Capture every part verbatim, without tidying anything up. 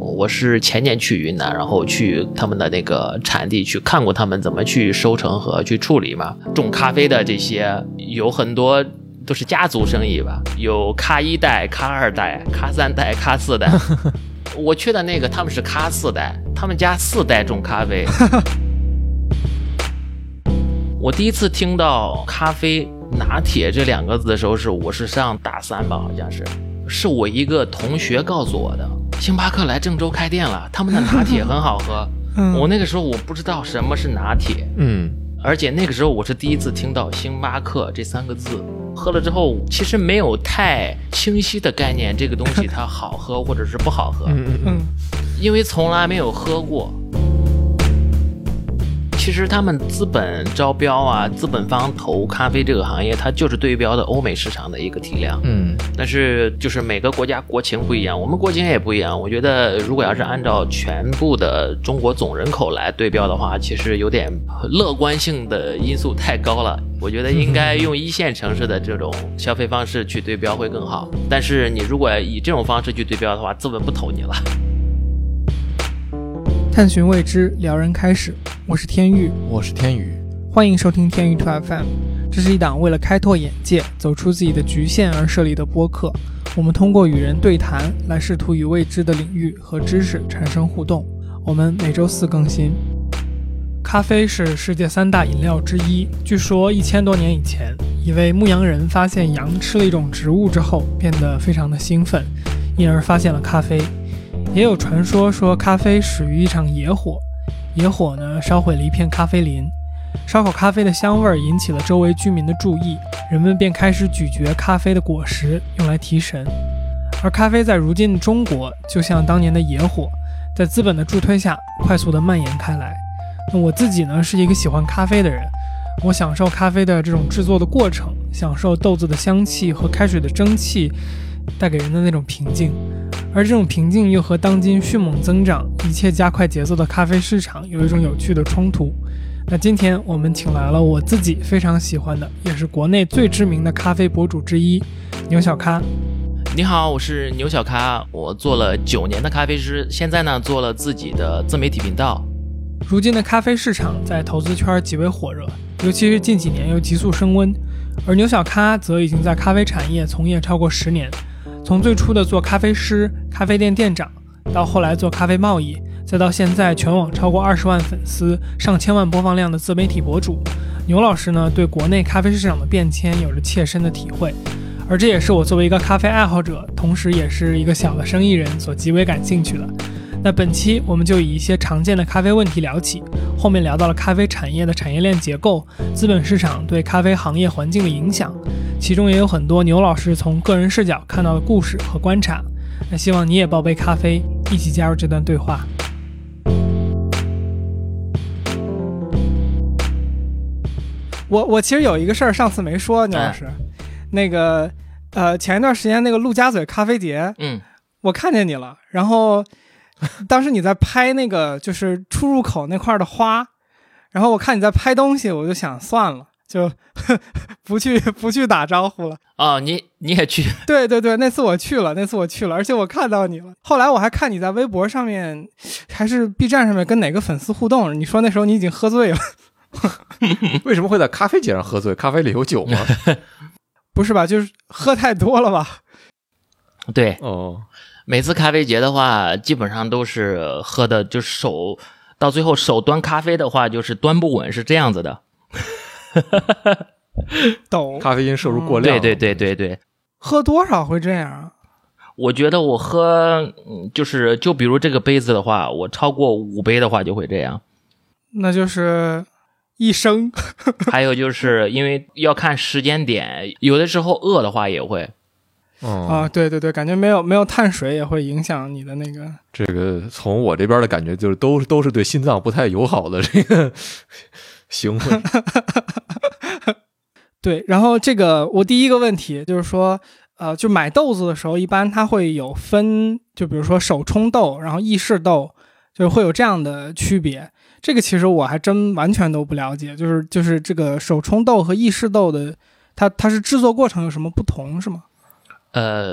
我是前年去云南，然后去他们的那个产地去看过他们怎么去收成和去处理嘛。种咖啡的这些有很多都是家族生意吧，有咖一代、咖二代、咖三代、咖四代。我去的那个他们是咖四代，他们家四代种咖啡。我第一次听到咖啡拿铁这两个字的时候是我是上大三吧，好像是是我一个同学告诉我的。星巴克来郑州开店了，他们的拿铁很好喝。嗯、我那个时候我不知道什么是拿铁，嗯，而且那个时候我是第一次听到星巴克这三个字。喝了之后其实没有太清晰的概念，这个东西它好喝或者是不好喝，嗯嗯，因为从来没有喝过。其实他们资本招标啊，资本方投咖啡这个行业，它就是对标的欧美市场的一个体量。嗯，但是就是每个国家国情不一样，我们国情也不一样。我觉得如果要是按照全部的中国总人口来对标的话，其实有点乐观性的因素太高了。我觉得应该用一线城市的这种消费方式去对标会更好。但是你如果以这种方式去对标的话，资本不投你了。 探寻未知，撩人开始。我是天宇， 我是天宇， 欢迎收听天宇 二 F M。 这是一档为了开拓眼界，走出自己的局限而设立的播客。我们通过与人对谈来试图与未知的领域和知识产生互动。我们每周四更新。咖啡是世界三大饮料之一。据说一千多年以前，一位牧羊人发现羊吃了一种植物之后变得非常的兴奋，因而发现了咖啡。也有传说说咖啡始于一场野火，野火呢烧毁了一片咖啡林，烧烤咖啡的香味引起了周围居民的注意，人们便开始咀嚼咖啡的果实用来提神。而咖啡在如今的中国就像当年的野火，在资本的助推下快速的蔓延开来。那我自己呢是一个喜欢咖啡的人，我享受咖啡的这种制作的过程，享受豆子的香气和开水的蒸汽带给人的那种平静，而这种平静又和当今迅猛增长、一切加快节奏的咖啡市场有一种有趣的冲突。那今天我们请来了我自己非常喜欢的，也是国内最知名的咖啡博主之一，牛小咖。 你好，我是牛小咖，我做了九年的咖啡师，现在呢做了自己的自媒体频道。 如今的咖啡市场在投资圈极为火热，尤其是近几年又急速升温，而牛小咖则已经在咖啡产业从业超过十年。从最初的做咖啡师、咖啡店店长，到后来做咖啡贸易，再到现在全网超过二十万粉丝、上千万播放量的自媒体博主，牛老师呢对国内咖啡市场的变迁有着切身的体会，而这也是我作为一个咖啡爱好者，同时也是一个小的生意人所极为感兴趣的。那本期我们就以一些常见的咖啡问题聊起，后面聊到了咖啡产业的产业链结构、资本市场对咖啡行业环境的影响，其中也有很多牛老师从个人视角看到的故事和观察。那希望你也抱杯咖啡，一起加入这段对话。我我其实有一个事儿上次没说，牛老师，嗯、那个呃前一段时间那个陆家嘴咖啡节，嗯，我看见你了，然后当时你在拍那个就是出入口那块的花，然后我看你在拍东西，我就想算了，就不去不去打招呼了。 哦，你你也去？ 对对对，那次我去了，那次我去了，而且我看到你了。后来我还看你在微博上面，还是 B 站上面跟哪个粉丝互动，你说那时候你已经喝醉了。 为什么会在咖啡节上喝醉？咖啡里有酒吗？ 不是吧，就是喝太多了吧？ 对， 哦。 每次咖啡节的话基本上都是喝的，就是手到最后手端咖啡的话就是端不稳，是这样子的。 懂。 咖啡因摄入过量、 嗯、对对对对对。 喝多少会这样？ 我觉得我喝就是就比如这个杯子的话，我超过五杯的话就会这样。 那就是一升。 还有就是因为要看时间点，有的时候饿的话也会。 嗯、 啊，对对对，感觉没有没有碳水也会影响你的那个。 这个从我这边的感觉就是都都是对心脏不太友好的这个行为。 对，然后这个我第一个问题就是说，呃，就买豆子的时候，一般它会有分，就比如说手冲豆，然后意式豆，就会有这样的区别。这个其实我还真完全都不了解，就是就是这个手冲豆和意式豆的，它它是制作过程有什么不同是吗？ 呃，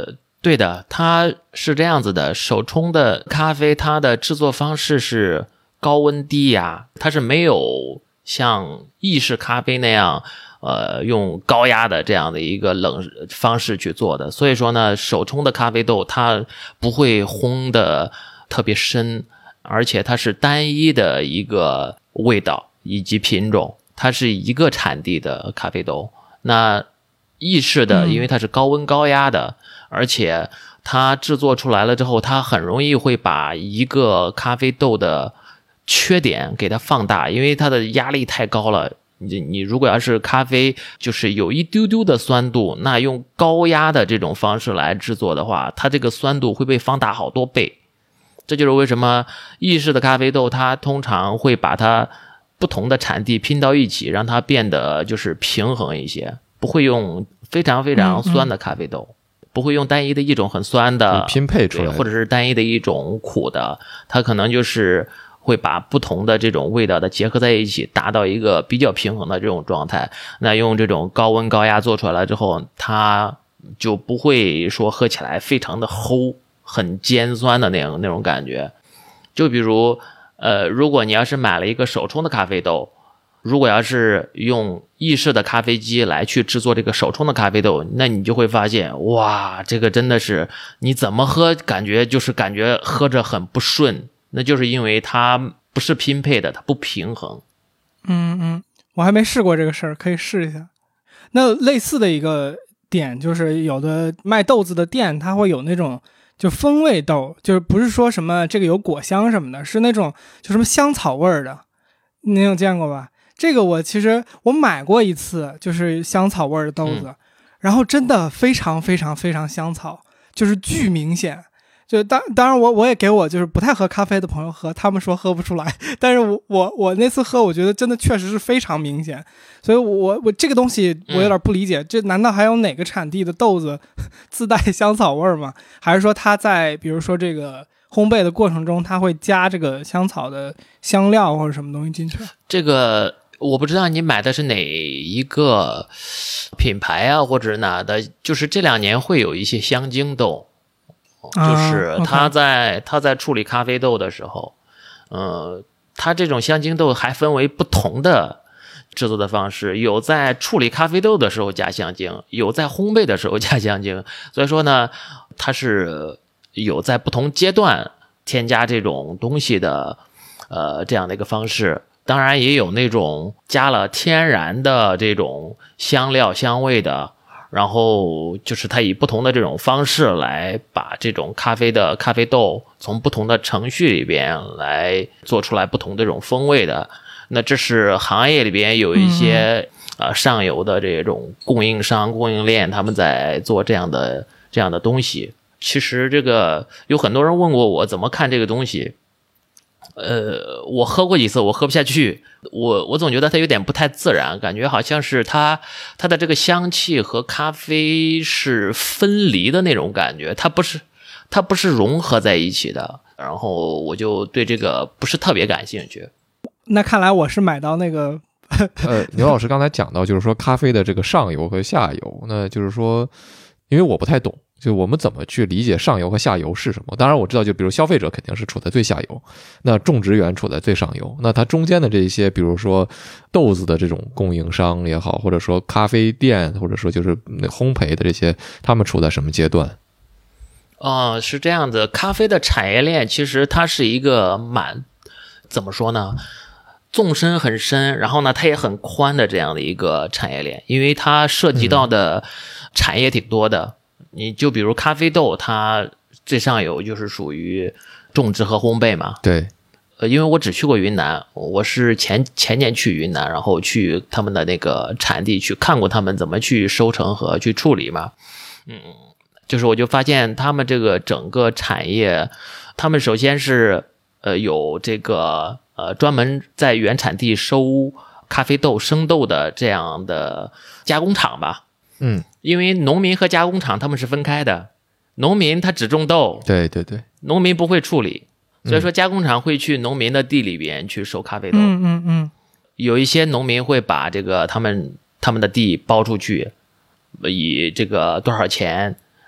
对的，它是这样子的，手冲的咖啡它的制作方式是高温低压，它是没有像意式咖啡那样呃用高压的这样的一个冷方式去做的，所以说呢，手冲的咖啡豆它不会烘的特别深，而且它是单一的一个味道以及品种，它是一个产地的咖啡豆。那意式的因为它是高温高压的，而且它制作出来了之后，它很容易会把一个咖啡豆的缺点给它放大，因为它的压力太高了。你你如果要是咖啡就是有一丢丢的酸度，那用高压的这种方式来制作的话，它这个酸度会被放大好多倍。这就是为什么意式的咖啡豆它通常会把它不同的产地拼到一起，让它变得就是平衡一些，不会用非常非常酸的咖啡豆，嗯嗯不会用单一的一种很酸的拼配出来， 或者是单一的一种苦的，它可能就是会把不同的这种味道的结合在一起，达到一个比较平衡的这种状态。那用这种高温高压做出来了之后，它就不会说喝起来非常的齁很尖酸的那种那种感觉。就比如呃，如果你要是买了一个手冲的咖啡豆，如果要是用意式的咖啡机来去制作这个手冲的咖啡豆，那你就会发现，哇，这个真的是你怎么喝感觉就是感觉喝着很不顺，那就是因为它不是拼配的，它不平衡。 嗯嗯，我还没试过这个事儿，可以试一下。那类似的一个点就是有的卖豆子的店，它会有那种就风味豆，就是不是说什么这个有果香什么的，是那种就什么香草味儿的，你有见过吧？这个我其实我买过一次，就是香草味的豆子、嗯、然后真的非常非常非常香草，就是巨明显。就当当然我我也给我就是不太喝咖啡的朋友喝，他们说喝不出来，但是我我我那次喝，我觉得真的确实是非常明显。所以我我这个东西我有点不理解、嗯、这难道还有哪个产地的豆子自带香草味吗？还是说它在比如说这个烘焙的过程中，它会加这个香草的香料或者什么东西进去？这个我不知道你买的是哪一个品牌啊，或者哪的，就是这两年会有一些香精豆，就是它在、啊 okay、它在处理咖啡豆的时候，呃，它这种香精豆还分为不同的制作的方式，有在处理咖啡豆的时候加香精，有在烘焙的时候加香精，所以说呢，它是有在不同阶段添加这种东西的，呃，这样的一个方式。当然也有那种加了天然的这种香料香味的，然后就是它以不同的这种方式来把这种咖啡的咖啡豆从不同的程序里边来做出来不同的这种风味的。那这是行业里边有一些、嗯、呃上游的这种供应商供应链，他们在做这样的这样的东西。其实这个有很多人问过我怎么看这个东西，呃，我喝过几次，我喝不下去，我我总觉得它有点不太自然，感觉好像是它它的这个香气和咖啡是分离的那种感觉，它不是它不是融合在一起的，然后我就对这个不是特别感兴趣。 那看来我是买到那个呃，牛老师刚才讲到就是说咖啡的这个上游和下游，那就是说因为我不太懂，就我们怎么去理解上游和下游是什么？当然我知道，就比如消费者肯定是处在最下游，那种植园处在最上游，那它中间的这些，比如说豆子的这种供应商也好，或者说咖啡店，或者说就是烘焙的这些，他们处在什么阶段？ 哦，是这样的，咖啡的产业链其实它是一个蛮怎么说呢？纵深很深，然后呢，它也很宽的这样的一个产业链，因为它涉及到的产业挺多的。嗯，你就比如咖啡豆，它最上游就是属于种植和烘焙嘛。 对， 呃，因为我只去过云南，我是前前年去云南，然后去他们的那个产地去看过他们怎么去收成和去处理嘛。嗯，就是我就发现他们这个整个产业，他们首先是呃有这个呃专门在原产地收咖啡豆生豆的这样的加工厂吧。 嗯， 因为农民和加工厂他们是分开的，农民他只种豆， 对对对， 农民不会处理，所以说加工厂会去农民的地里边去收咖啡豆。 嗯嗯嗯， 有一些农民会把这个他们他们的地包出去，以这个多少钱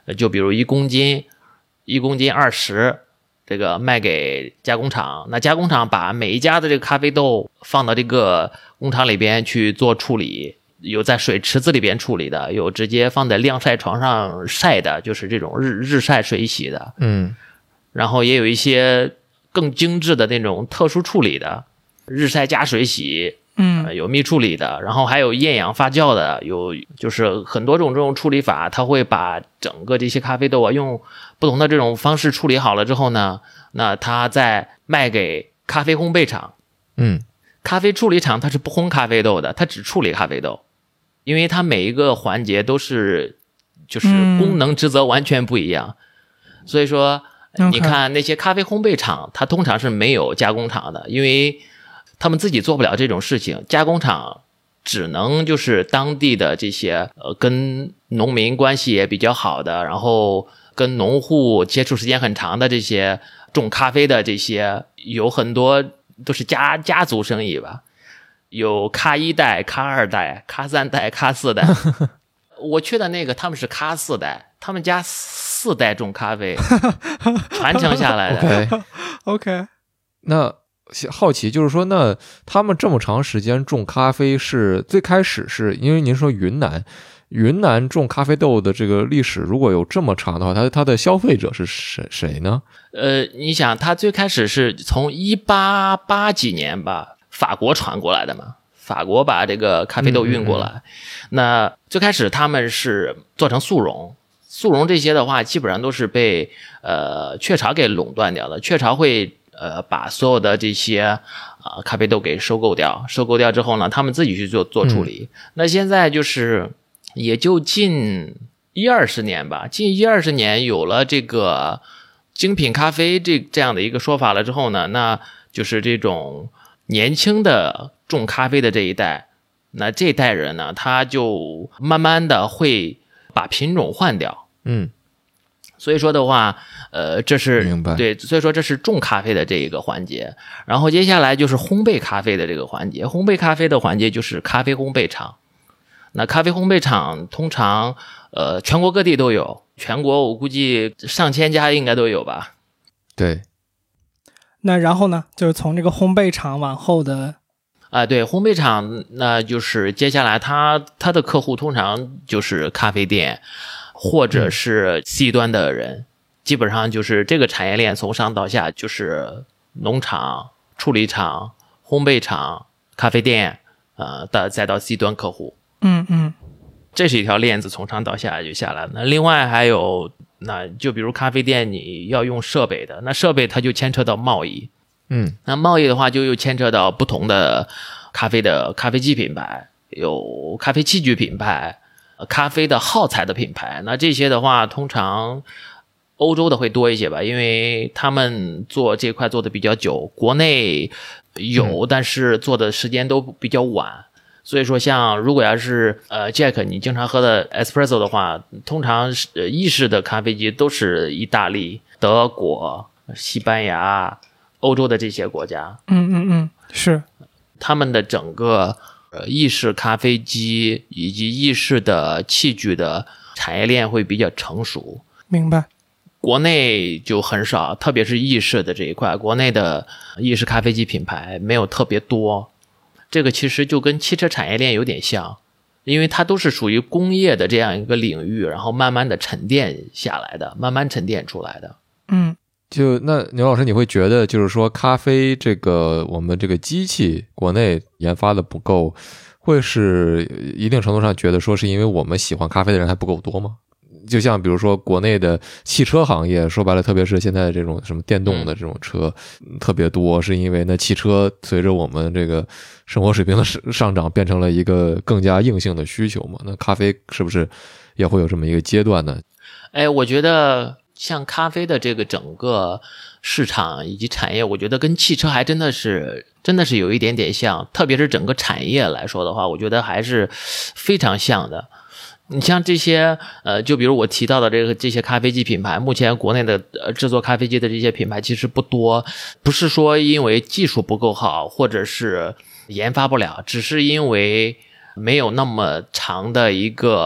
就比如一公斤，一公斤二十，这个卖给加工厂，那加工厂把每一家的这个咖啡豆放到这个工厂里边去做处理，有在水池子里边处理的，有直接放在晾晒床上晒的，就是这种日日晒水洗的， 嗯， 然后也有一些更精致的那种特殊处理的，日晒加水洗。 嗯、 呃，有密处理的，然后还有厌氧发酵的，有就是很多种这种处理法，它会把整个这些咖啡豆啊用不同的这种方式处理好了之后呢，那它再卖给咖啡烘焙厂。 嗯， 咖啡处理厂它是不烘咖啡豆的，它只处理咖啡豆，因为它每一个环节都是就是功能职责完全不一样，嗯、所以说你看那些咖啡烘焙厂，它通常是没有加工厂的，因为他们自己做不了这种事情，加工厂只能就是当地的这些呃跟农民关系也比较好的，然后跟农户接触时间很长的这些种咖啡的这些，有很多都是家家族生意吧，有咖一代、咖二代、咖三代、咖四代。我去的那个他们是咖四代，他们家四代种咖啡传承下来的。 OK OK， 那好奇就是说，那他们这么长时间种咖啡是最开始是因为您说云南，云南种咖啡豆的这个历史如果有这么长的话，它它的消费者是谁谁呢？ 呃，你想，它最开始是从一八八几年吧，法国传过来的嘛，法国把这个咖啡豆运过来。嗯嗯嗯，那最开始他们是做成速溶，速溶这些的话，基本上都是被呃雀巢给垄断掉的，雀巢会。呃，把所有的这些啊、呃、咖啡豆给收购掉，收购掉之后呢，他们自己去做做处理。嗯、那现在就是也就近一二十年吧，近一二十年有了这个精品咖啡这这样的一个说法了之后呢，那就是这种年轻的种咖啡的这一代，那这一代人呢，他就慢慢的会把品种换掉。 嗯。 所以说的话，呃，这是明白对，所以说这是种咖啡的这一个环节，然后接下来就是烘焙咖啡的这个环节。烘焙咖啡的环节就是咖啡烘焙厂。那咖啡烘焙厂通常呃全国各地都有，全国我估计上千家应该都有吧。 对。 那然后呢，就是从这个烘焙厂往后的啊、呃，对，烘焙厂那就是接下来他他的客户通常就是咖啡店。或者是 C 端的人、嗯、基本上就是这个产业链从上到下，就是农场、处理厂、烘焙厂、咖啡店，呃，的再到 C 端客户。 嗯嗯， 这是一条链子从上到下就下来了。那另外还有，那就比如咖啡店你要用设备的，那设备它就牵扯到贸易。 嗯， 那贸易的话就又牵扯到不同的咖啡的咖啡机品牌，有咖啡器具品牌。咖啡的耗材的品牌，那这些的话通常欧洲的会多一些吧，因为他们做这块做的比较久，国内有、嗯、但是做的时间都比较晚，所以说像如果要是呃 Jack 你经常喝的 Espresso 的话，通常是、呃、意式的咖啡机都是意大利、德国、西班牙、欧洲的这些国家。 嗯嗯嗯，是他们的整个呃，意式咖啡机以及意式的器具的产业链会比较成熟。 明白。 国内就很少，特别是意式的这一块，国内的意式咖啡机品牌没有特别多。这个其实就跟汽车产业链有点像，因为它都是属于工业的这样一个领域，然后慢慢的沉淀下来的，慢慢沉淀出来的。 嗯。 就那牛老师，你会觉得就是说咖啡这个我们这个机器国内研发的不够，会是一定程度上觉得说是因为我们喜欢咖啡的人还不够多吗？就像比如说国内的汽车行业，说白了特别是现在这种什么电动的这种车、嗯、特别多，是因为那汽车随着我们这个生活水平的上涨变成了一个更加硬性的需求嘛，那咖啡是不是也会有这么一个阶段呢？ 哎，我觉得像咖啡的这个整个市场以及产业，我觉得跟汽车还真的是真的是有一点点像，特别是整个产业来说的话，我觉得还是非常像的。你像这些呃，就比如我提到的这个这些咖啡机品牌，目前国内的呃制作咖啡机的这些品牌其实不多，不是说因为技术不够好，或者是研发不了，只是因为没有那么长的一个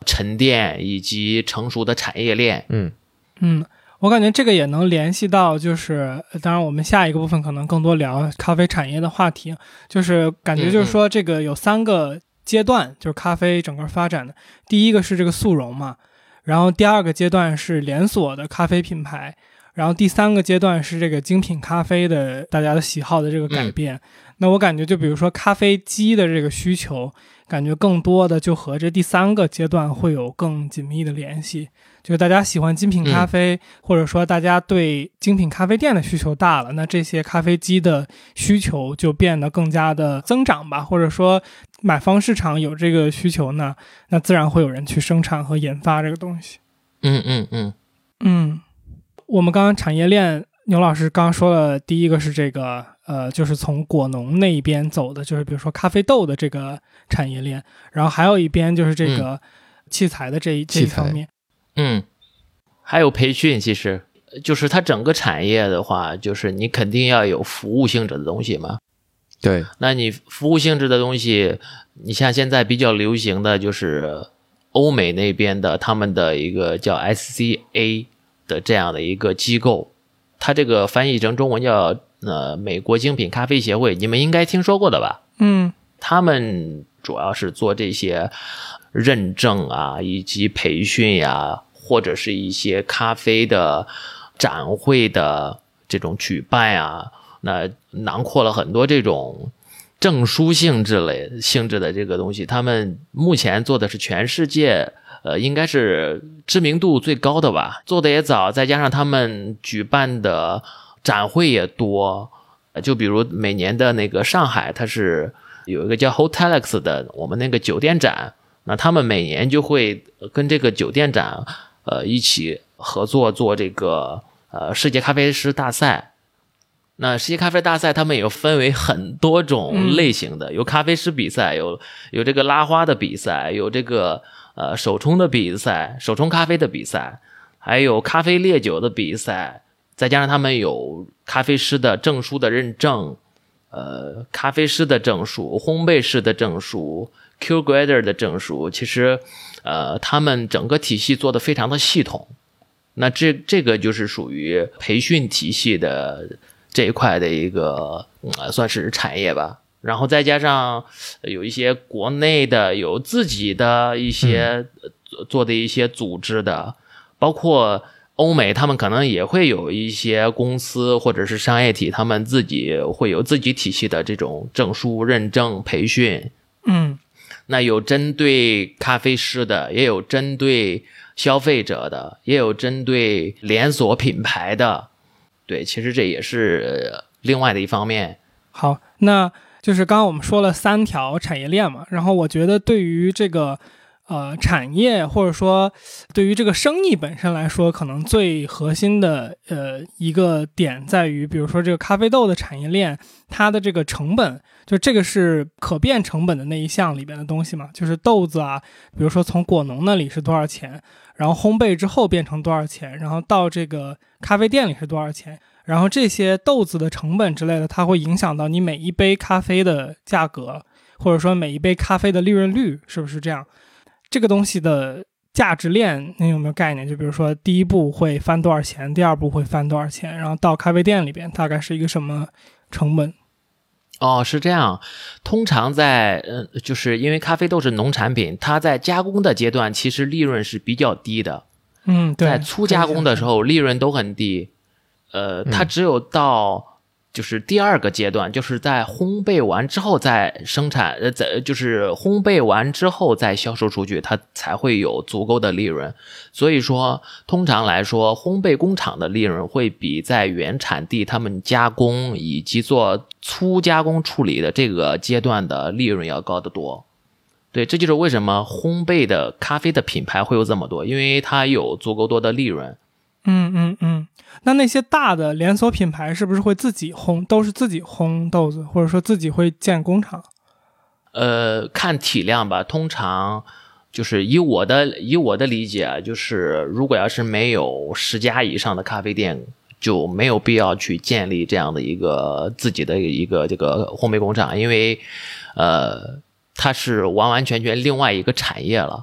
沉淀以及成熟的产业链。 嗯嗯，我感觉这个也能联系到，就是当然我们下一个部分可能更多聊咖啡产业的话题，就是感觉就是说这个有三个阶段，就是咖啡整个发展的。第一个是这个速溶嘛，然后第二个阶段是连锁的咖啡品牌，然后第三个阶段是这个精品咖啡的大家的喜好的这个改变。嗯，那我感觉就比如说咖啡机的这个需求，感觉更多的就和这第三个阶段会有更紧密的联系，就是大家喜欢精品咖啡，嗯，或者说大家对精品咖啡店的需求大了，那这些咖啡机的需求就变得更加的增长吧，或者说买方市场有这个需求呢，那自然会有人去生产和研发这个东西。 嗯嗯嗯嗯，我们刚刚产业链，牛老师刚刚说了，第一个是这个呃，就是从果农那一边走的，就是比如说咖啡豆的这个产业链，然后还有一边就是这个器材的这一、嗯、这一方面。 嗯，还有培训，其实就是它整个产业的话，就是你肯定要有服务性质的东西嘛。 对， 那你服务性质的东西，你像现在比较流行的就是欧美那边的他们的一个叫 S C A 的这样的一个机构，它这个翻译成中文叫呃美国精品咖啡协会，你们应该听说过的吧？ 嗯， 他们主要是做这些认证啊，以及培训呀、啊，或者是一些咖啡的展会的这种举办啊，那囊括了很多这种证书性质类性质的这个东西。他们目前做的是全世界呃，应该是知名度最高的吧，做的也早，再加上他们举办的展会也多，就比如每年的那个上海，它是有一个叫 Hotelex 的我们那个酒店展，那他们每年就会跟这个酒店展呃一起合作做这个呃世界咖啡师大赛。那世界咖啡大赛他们也分为很多种类型的，有咖啡师比赛，有有这个拉花的比赛，有这个呃手冲的比赛，手冲咖啡的比赛，还有咖啡烈酒的比赛，再加上他们有咖啡师的证书的认证，呃咖啡师的证书，烘焙师的证书， Q Grader 的证书，其实呃他们整个体系做得非常的系统。那这这个就是属于培训体系的这一块的一个、嗯、算是产业吧。然后再加上有一些国内的有自己的一些、嗯、做的一些组织的，包括欧美他们可能也会有一些公司或者是商业体，他们自己会有自己体系的这种证书认证培训。 嗯， 那有针对咖啡师的，也有针对消费者的，也有针对连锁品牌的。对，其实这也是另外的一方面。 好，那就是刚刚我们说了三条产业链嘛，然后我觉得对于这个呃产业或者说对于这个生意本身来说，可能最核心的呃一个点在于，比如说这个咖啡豆的产业链，它的这个成本，就这个是可变成本的那一项里边的东西嘛，就是豆子啊，比如说从果农那里是多少钱，然后烘焙之后变成多少钱，然后到这个咖啡店里是多少钱，然后这些豆子的成本之类的，它会影响到你每一杯咖啡的价格，或者说每一杯咖啡的利润率，是不是这样？这个东西的价值链你有没有概念？就比如说第一步会翻多少钱，第二步会翻多少钱，然后到咖啡店里边大概是一个什么成本？ 哦，是这样。通常在呃，就是因为咖啡豆是农产品，它在加工的阶段其实利润是比较低的。 嗯，对。 在粗加工的时候利润都很低。呃，它只有到就是第二个阶段，嗯、就是在烘焙完之后再生产，呃，在就是烘焙完之后再销售出去，它才会有足够的利润。所以说，通常来说，烘焙工厂的利润会比在原产地他们加工以及做粗加工处理的这个阶段的利润要高得多。对，这就是为什么烘焙的咖啡的品牌会有这么多，因为它有足够多的利润。 嗯嗯嗯，那那些大的连锁品牌是不是会自己烘，都是自己烘豆子，或者说自己会建工厂？ 呃，看体量吧，通常就是以我的以我的理解啊，就是如果要是没有十家以上的咖啡店，就没有必要去建立这样的一个自己的一个这个烘焙工厂，因为呃，它是完完全全另外一个产业了。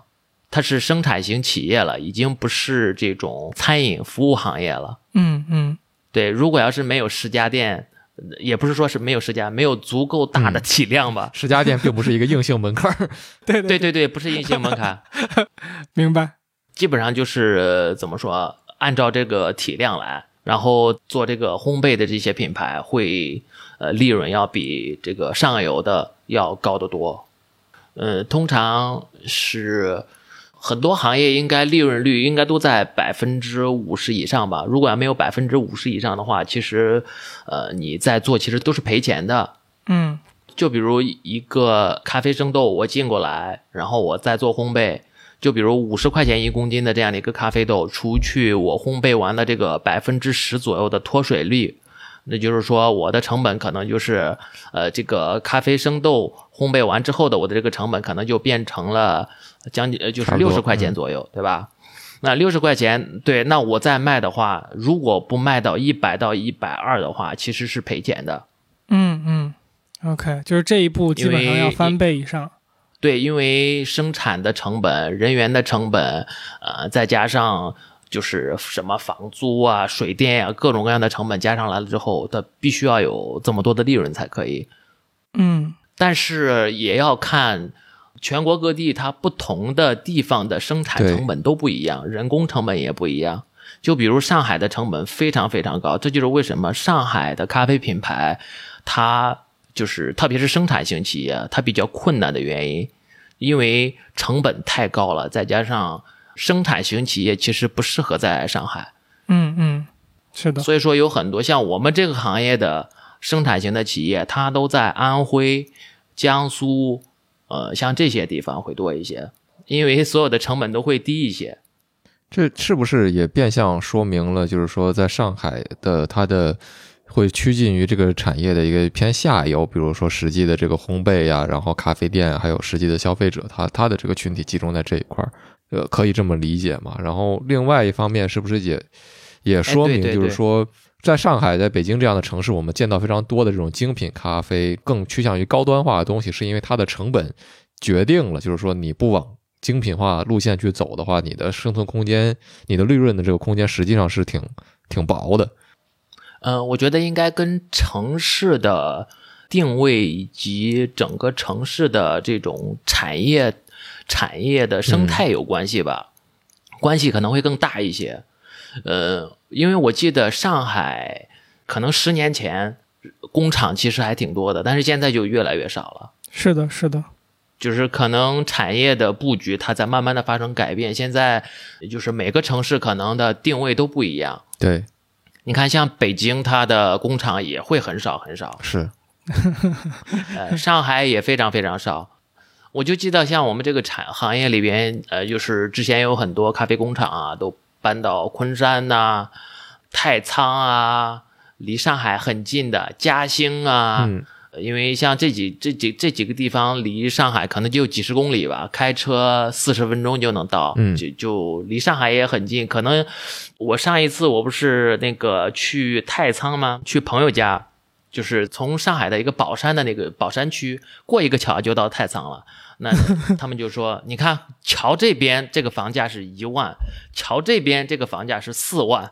它是生产型企业了，已经不是这种餐饮服务行业了。 嗯嗯， 对，如果要是没有十家店，也不是说是没有十家，没有足够大的体量吧。 嗯、十家店并不是一个硬性门槛。 对对对对，不是硬性门槛。 明白。 基本上就是怎么说，按照这个体量来，然后做这个烘焙的这些品牌会呃利润要比这个上游的要高得多。呃，通常是。很多行业应该利润率应该都在百分之五十以上吧。如果要没有百分之五十以上的话，其实，呃，你在做其实都是赔钱的。 嗯， 就比如一个咖啡生豆，我进过来，然后我再做烘焙，就比如五十块钱一公斤的这样的一个咖啡豆，除去我烘焙完的这个百分之十左右的脱水率，那就是说我的成本可能就是，呃，这个咖啡生豆烘焙完之后的我的这个成本可能就变成了。将近就是六十块钱左右，对吧？那六十块钱，对，那我再卖的话，如果不卖到一百到一百二的话，其实是赔钱的。 嗯嗯 ，OK， 就是这一步基本上要翻倍以上。 对，因为生产的成本、人员的成本，呃，再加上就是什么房租啊、水电呀、啊，各种各样的成本加上来了之后，它必须要有这么多的利润才可以。 嗯， 但是也要看。全国各地它不同的地方的生产成本都不一样，人工成本也不一样。就比如上海的成本非常非常高，这就是为什么上海的咖啡品牌它就是特别是生产型企业它比较困难的原因，因为成本太高了，再加上生产型企业其实不适合在上海。 嗯嗯，是的。 所以说有很多像我们这个行业的生产型的企业，它都在安徽、江苏呃，像这些地方会多一些，因为所有的成本都会低一些。 这是不是也变相说明了，就是说在上海的它的会趋近于这个产业的一个偏下游，比如说实际的这个烘焙呀，然后咖啡店，还有实际的消费者，他他的这个群体集中在这一块，呃，可以这么理解吗？然后另外一方面，是不是也也说明，就是说，在上海、在北京这样的城市，我们见到非常多的这种精品咖啡，更趋向于高端化的东西，是因为它的成本决定了，就是说你不往精品化路线去走的话，你的生存空间、你的利润的这个空间实际上是挺挺薄的。 呃，我觉得应该跟城市的定位以及整个城市的这种产业产业的生态有关系吧，嗯、关系可能会更大一些。呃，因为我记得上海可能十年前工厂其实还挺多的，但是现在就越来越少了。 是的，是的。 就是可能产业的布局它在慢慢的发生改变，现在就是每个城市可能的定位都不一样。 对， 你看像北京它的工厂也会很少很少， 是呃，上海也非常非常少。我就记得像我们这个产行业里边，呃，就是之前有很多咖啡工厂啊都搬到昆山呐、啊、太仓啊，离上海很近的嘉兴啊， 嗯， 因为像这几这几这几个地方离上海可能就几十公里吧，开车四十分钟就能到， 嗯， 就就离上海也很近。可能我上一次我不是那个去太仓吗？去朋友家，就是从上海的一个宝山的那个宝山区过一个桥就到太仓了。那他们就说，你看桥这边这个房价是一万，桥这边这个房价是四万，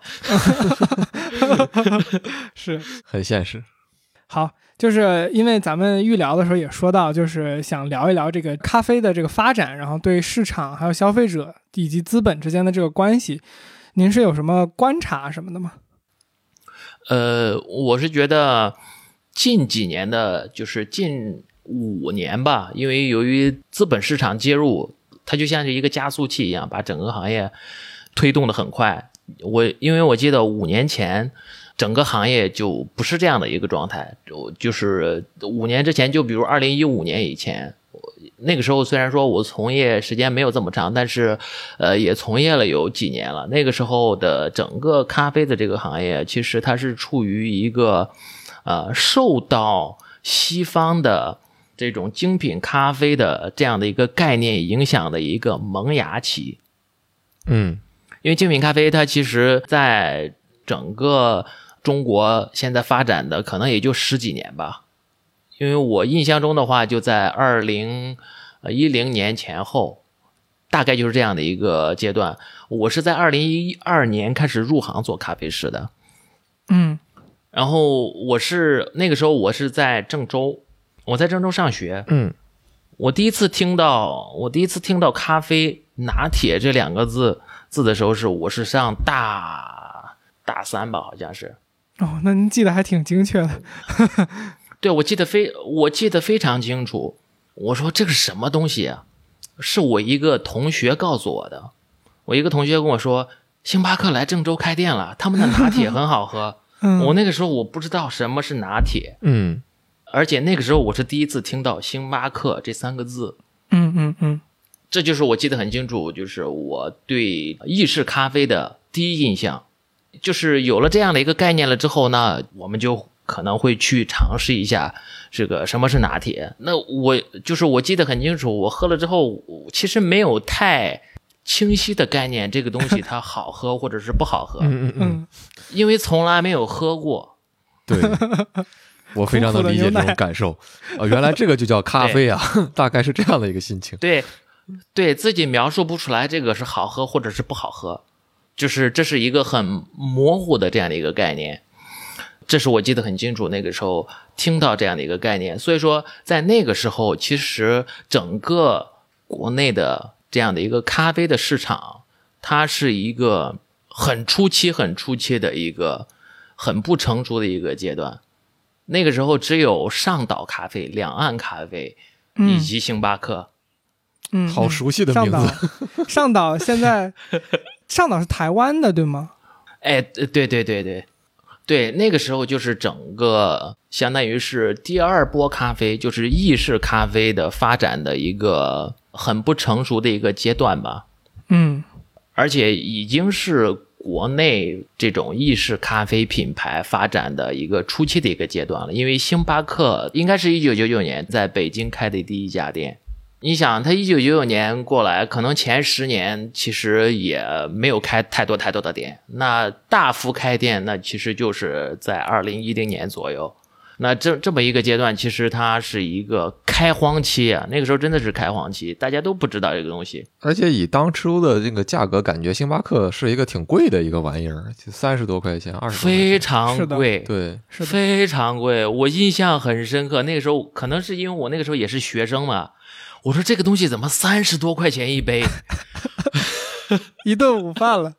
是很现实。 好，就是因为咱们预聊的时候也说到，就是想聊一聊这个咖啡的这个发展，然后对市场还有消费者以及资本之间的这个关系，您是有什么观察什么的吗？ 呃，我是觉得近几年的，就是近五年吧，因为由于资本市场介入，它就像是一个加速器一样，把整个行业推动的很快。我因为我记得五年前整个行业就不是这样的一个状态，就是五年之前，就比如二零一五年以前，那个时候虽然说我从业时间没有这么长，但是呃也从业了有几年了。那个时候的整个咖啡的这个行业，其实它是处于一个呃受到西方的这种精品咖啡的这样的一个概念影响的一个萌芽期。 嗯， 因为精品咖啡它其实在整个中国现在发展的可能也就十几年吧。因为我印象中的话，就在二零一零年前后， 大概就是这样的一个阶段。我是在二零一二年开始入行做咖啡师的， 嗯， 然后我是那个时候我是在郑州，我在郑州上学， 嗯， 我第一次听到我第一次听到咖啡拿铁这两个字字的时候是我是上大大三吧，好像是。 哦，那您记得还挺精确的。 对，我记得非我记得非常清楚。我说这个是什么东西啊？是我一个同学告诉我的。我一个同学跟我说，星巴克来郑州开店了，他们的拿铁很好喝。 嗯， 我那个时候我不知道什么是拿铁， 嗯， 而且那个时候我是第一次听到星巴克这三个字。 嗯嗯嗯， 这就是我记得很清楚，就是我对意式咖啡的第一印象。就是有了这样的一个概念了之后呢，我们就可能会去尝试一下这个什么是拿铁。那我就是我记得很清楚，我喝了之后其实没有太清晰的概念，这个东西它好喝或者是不好喝， 嗯嗯嗯， 因为从来没有喝过。 对，我非常能理解这种感受啊、呃！原来这个就叫咖啡啊，大概是这样的一个心情。 对，对自己描述不出来这个是好喝或者是不好喝，就是这是一个很模糊的这样的一个概念。这是我记得很清楚，那个时候听到这样的一个概念。所以说在那个时候，其实整个国内的这样的一个咖啡的市场，它是一个很初期很初期的一个很不成熟的一个阶段。那个时候只有上岛咖啡、两岸咖啡以及星巴克。 嗯， 好熟悉的名字。 上岛，上岛现在上岛是台湾的对吗？ 哎，对对对对对，那个时候就是整个相当于是第二波咖啡，就是意式咖啡的发展的一个很不成熟的一个阶段吧。 嗯， 而且已经是国内这种意式咖啡品牌发展的一个初期的一个阶段了。因为星巴克应该是一九九九年在北京开的第一家店。你想他一九九九年过来，可能前十年其实也没有开太多太多的店，那大幅开店那其实就是在二零一零年左右。那这这么一个阶段，其实它是一个开荒期啊，那个时候真的是开荒期，大家都不知道这个东西。 而且以当初的这个价格，感觉星巴克是一个挺贵的一个玩意儿，就三十多块钱，二十多块钱， 非常贵， 对， 非常贵。我印象很深刻，那个时候可能是因为我那个时候也是学生嘛，我说这个东西怎么三十多块钱一杯， 一顿午饭了。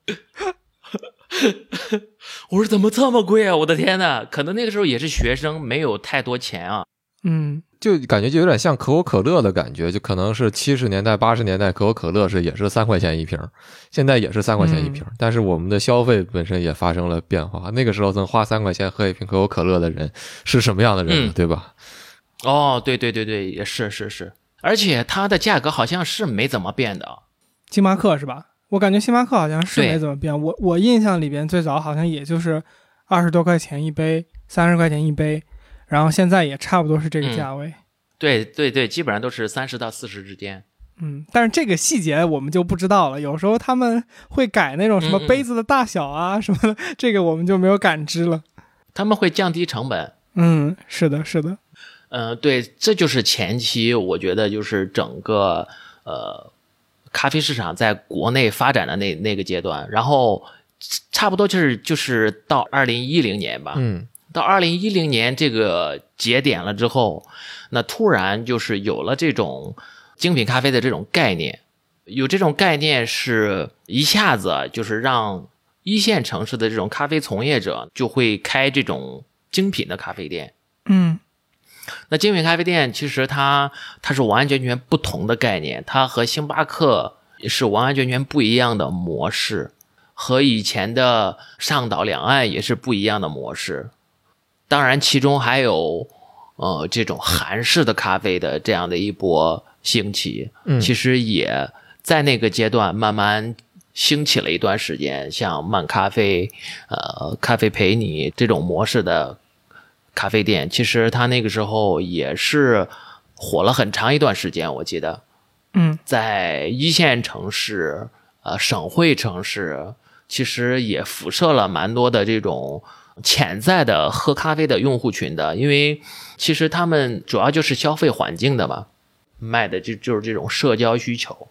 我说怎么这么贵啊！我的天呐，可能那个时候也是学生，没有太多钱啊。 嗯， 就感觉就有点像可口可乐的感觉，就可能是七十年代、八十年代可口可乐是也是三块钱一瓶，现在也是三块钱一瓶、嗯，但是我们的消费本身也发生了变化。那个时候能花三块钱喝一瓶可口可乐的人是什么样的人、嗯、对吧？ 哦，对对对对，也是是是，而且它的价格好像是没怎么变的。 星巴克是吧？我感觉星巴克好像是没怎么变，我我印象里边最早好像也就是二十多块钱一杯，三十块钱一杯，然后现在也差不多是这个价位。 嗯、对对对，基本上都是三十到四十之间。 嗯，但是这个细节我们就不知道了。有时候他们会改那种什么杯子的大小啊、嗯、什么的，这个我们就没有感知了。 他们会降低成本。 嗯，是的，是的。 嗯、呃，对，这就是前期，我觉得就是整个呃。咖啡市场在国内发展的那那个阶段，然后差不多就是就是到二零一零年吧， 嗯， 到二零一零年这个节点了之后，那突然就是有了这种精品咖啡的这种概念，有这种概念是一下子就是让一线城市的这种咖啡从业者就会开这种精品的咖啡店， 嗯。 那精品咖啡店其实它它是完完全全不同的概念，它和星巴克是完完全全不一样的模式，和以前的上岛两岸也是不一样的模式。当然其中还有呃这种韩式的咖啡的这样的一波兴起， 嗯， 其实也在那个阶段慢慢兴起了一段时间，像漫咖啡呃咖啡陪你这种模式的咖啡店，其实它那个时候也是火了很长一段时间，我记得， 嗯， 在一线城市、呃省会城市，其实也辐射了蛮多的这种潜在的喝咖啡的用户群的，因为其实他们主要就是消费环境的嘛，卖的就就是这种社交需求。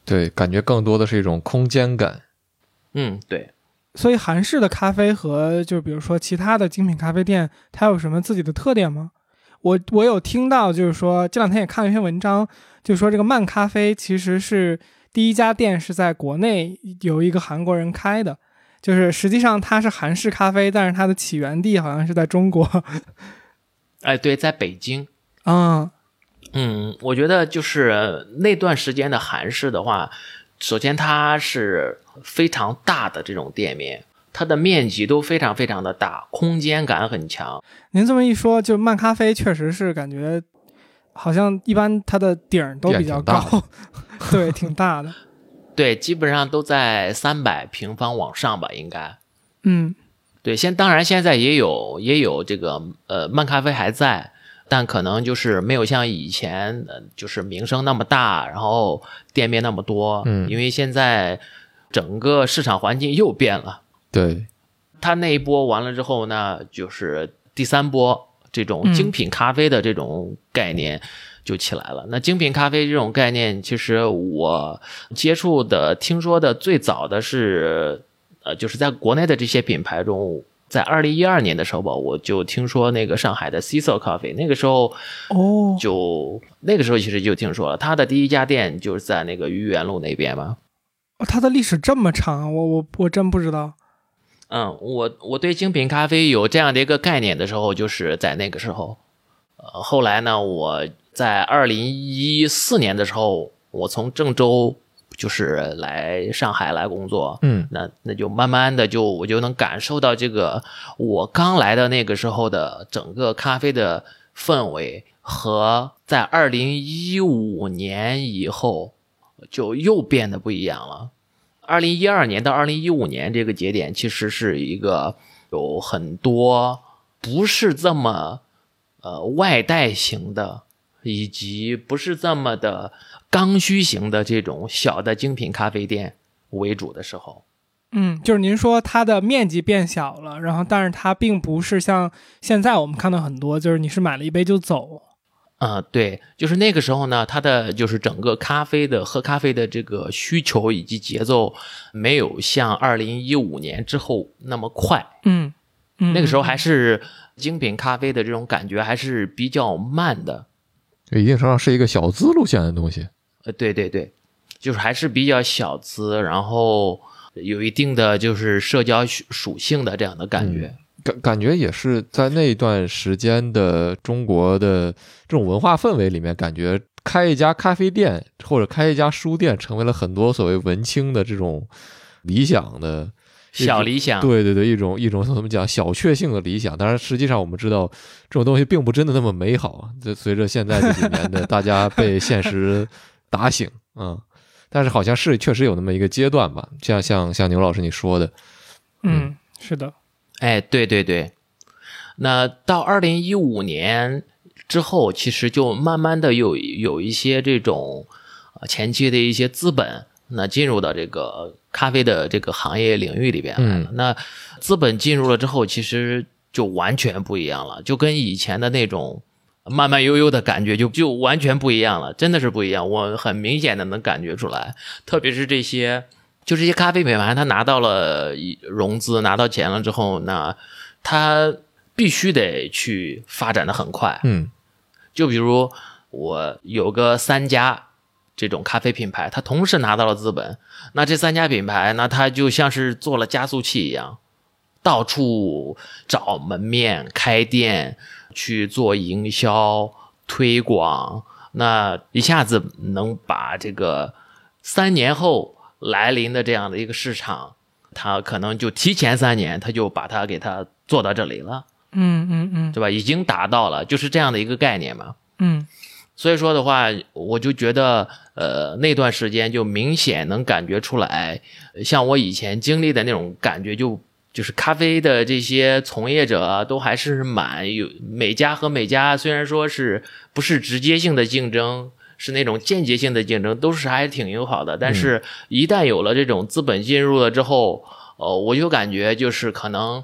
对，感觉更多的是一种空间感。 嗯，对。 所以韩式的咖啡和就比如说其他的精品咖啡店，它有什么自己的特点吗？我我有听到，就是说这两天也看了一篇文章，就是说这个漫咖啡其实是第一家店是在国内由一个韩国人开的，就是实际上它是韩式咖啡，但是它的起源地好像是在中国。 哎，对，在北京。 嗯嗯，我觉得就是那段时间的韩式的话，首先它是非常大的这种店面，它的面积都非常非常的大，空间感很强。 您这么一说，就漫咖啡确实是感觉好像一般它的顶都比较高，对，挺大的。 对，基本上都在三百平方往上吧，应该。 嗯， 对，现当然现在也有也有这个呃漫咖啡还在，但可能就是没有像以前呃就是名声那么大，然后店面那么多。 嗯， 因为现在整个市场环境又变了。 对， 它那一波完了之后呢，就是第三波这种精品咖啡的这种概念就起来了。嗯、那精品咖啡这种概念，其实我接触的、听说的最早的是，呃，就是在国内的这些品牌中，在二零一二年的时候吧，我就听说那个上海的 Cecil Coffee， 那个时候哦，就那个时候其实就听说了，它的第一家店就是在那个愚园路那边嘛。 哦，它的历史这么长，我我我真不知道。 嗯，我我对精品咖啡有这样的一个概念的时候，就是在那个时候。呃，后来呢，我在二零一四年的时候，我从郑州就是来上海来工作。 嗯， 那那就慢慢的就我就能感受到这个我刚来的那个时候的整个咖啡的氛围，和在二零一五年以后就又变得不一样了。二零一二年到二零一五年这个节点，其实是一个有很多不是这么呃外带型的，以及不是这么的刚需型的这种小的精品咖啡店为主的时候。 嗯，就是您说它的面积变小了，然后但是它并不是像现在我们看到很多，就是你是买了一杯就走。 呃，对，就是那个时候呢，它的就是整个咖啡的喝咖啡的这个需求以及节奏没有像二零一五年之后那么快。 嗯，嗯那个时候还是精品咖啡的这种感觉还是比较慢的， 一定程度上是一个小资路线的东西。 呃，对对对，就是还是比较小资，然后有一定的就是社交属性的这样的感觉。 嗯感感觉也是在那段时间的中国的这种文化氛围里面，感觉开一家咖啡店或者开一家书店成为了很多所谓文青的这种理想的小理想。 对对对，一种一种怎么讲小确幸的理想。当然实际上我们知道这种东西并不真的那么美好，这随着现在这几年的大家被现实打醒嗯，但是好像是确实有那么一个阶段吧，像像像牛老师你说的。 嗯，嗯是的。 哎，对对对，那到二零一五年之后，其实就慢慢的有有一些这种呃前期的一些资本，那进入到这个咖啡的这个行业领域里边来了。嗯、那资本进入了之后，其实就完全不一样了，就跟以前的那种慢慢悠悠的感觉就就完全不一样了，真的是不一样。我很明显的能感觉出来，特别是这些。就这些咖啡品牌，他拿到了融资，拿到钱了之后，那他必须得去发展的很快。 嗯， 就比如我有个三家这种咖啡品牌，他同时拿到了资本，那这三家品牌，那他就像是做了加速器一样，到处找门面、开店、去做营销、推广，那一下子能把这个三年后来临的这样的一个市场，他可能就提前三年他就把它给它做到这里了。 嗯嗯嗯， 对吧？已经达到了，就是这样的一个概念嘛。 嗯， 所以说的话，我就觉得呃那段时间就明显能感觉出来，像我以前经历的那种感觉，就就是咖啡的这些从业者都还是蛮有，每家和每家虽然说是不是直接性的竞争，是那种间接性的竞争，都是还挺友好的。但是一旦有了这种资本进入了之后，呃，我就感觉就是可能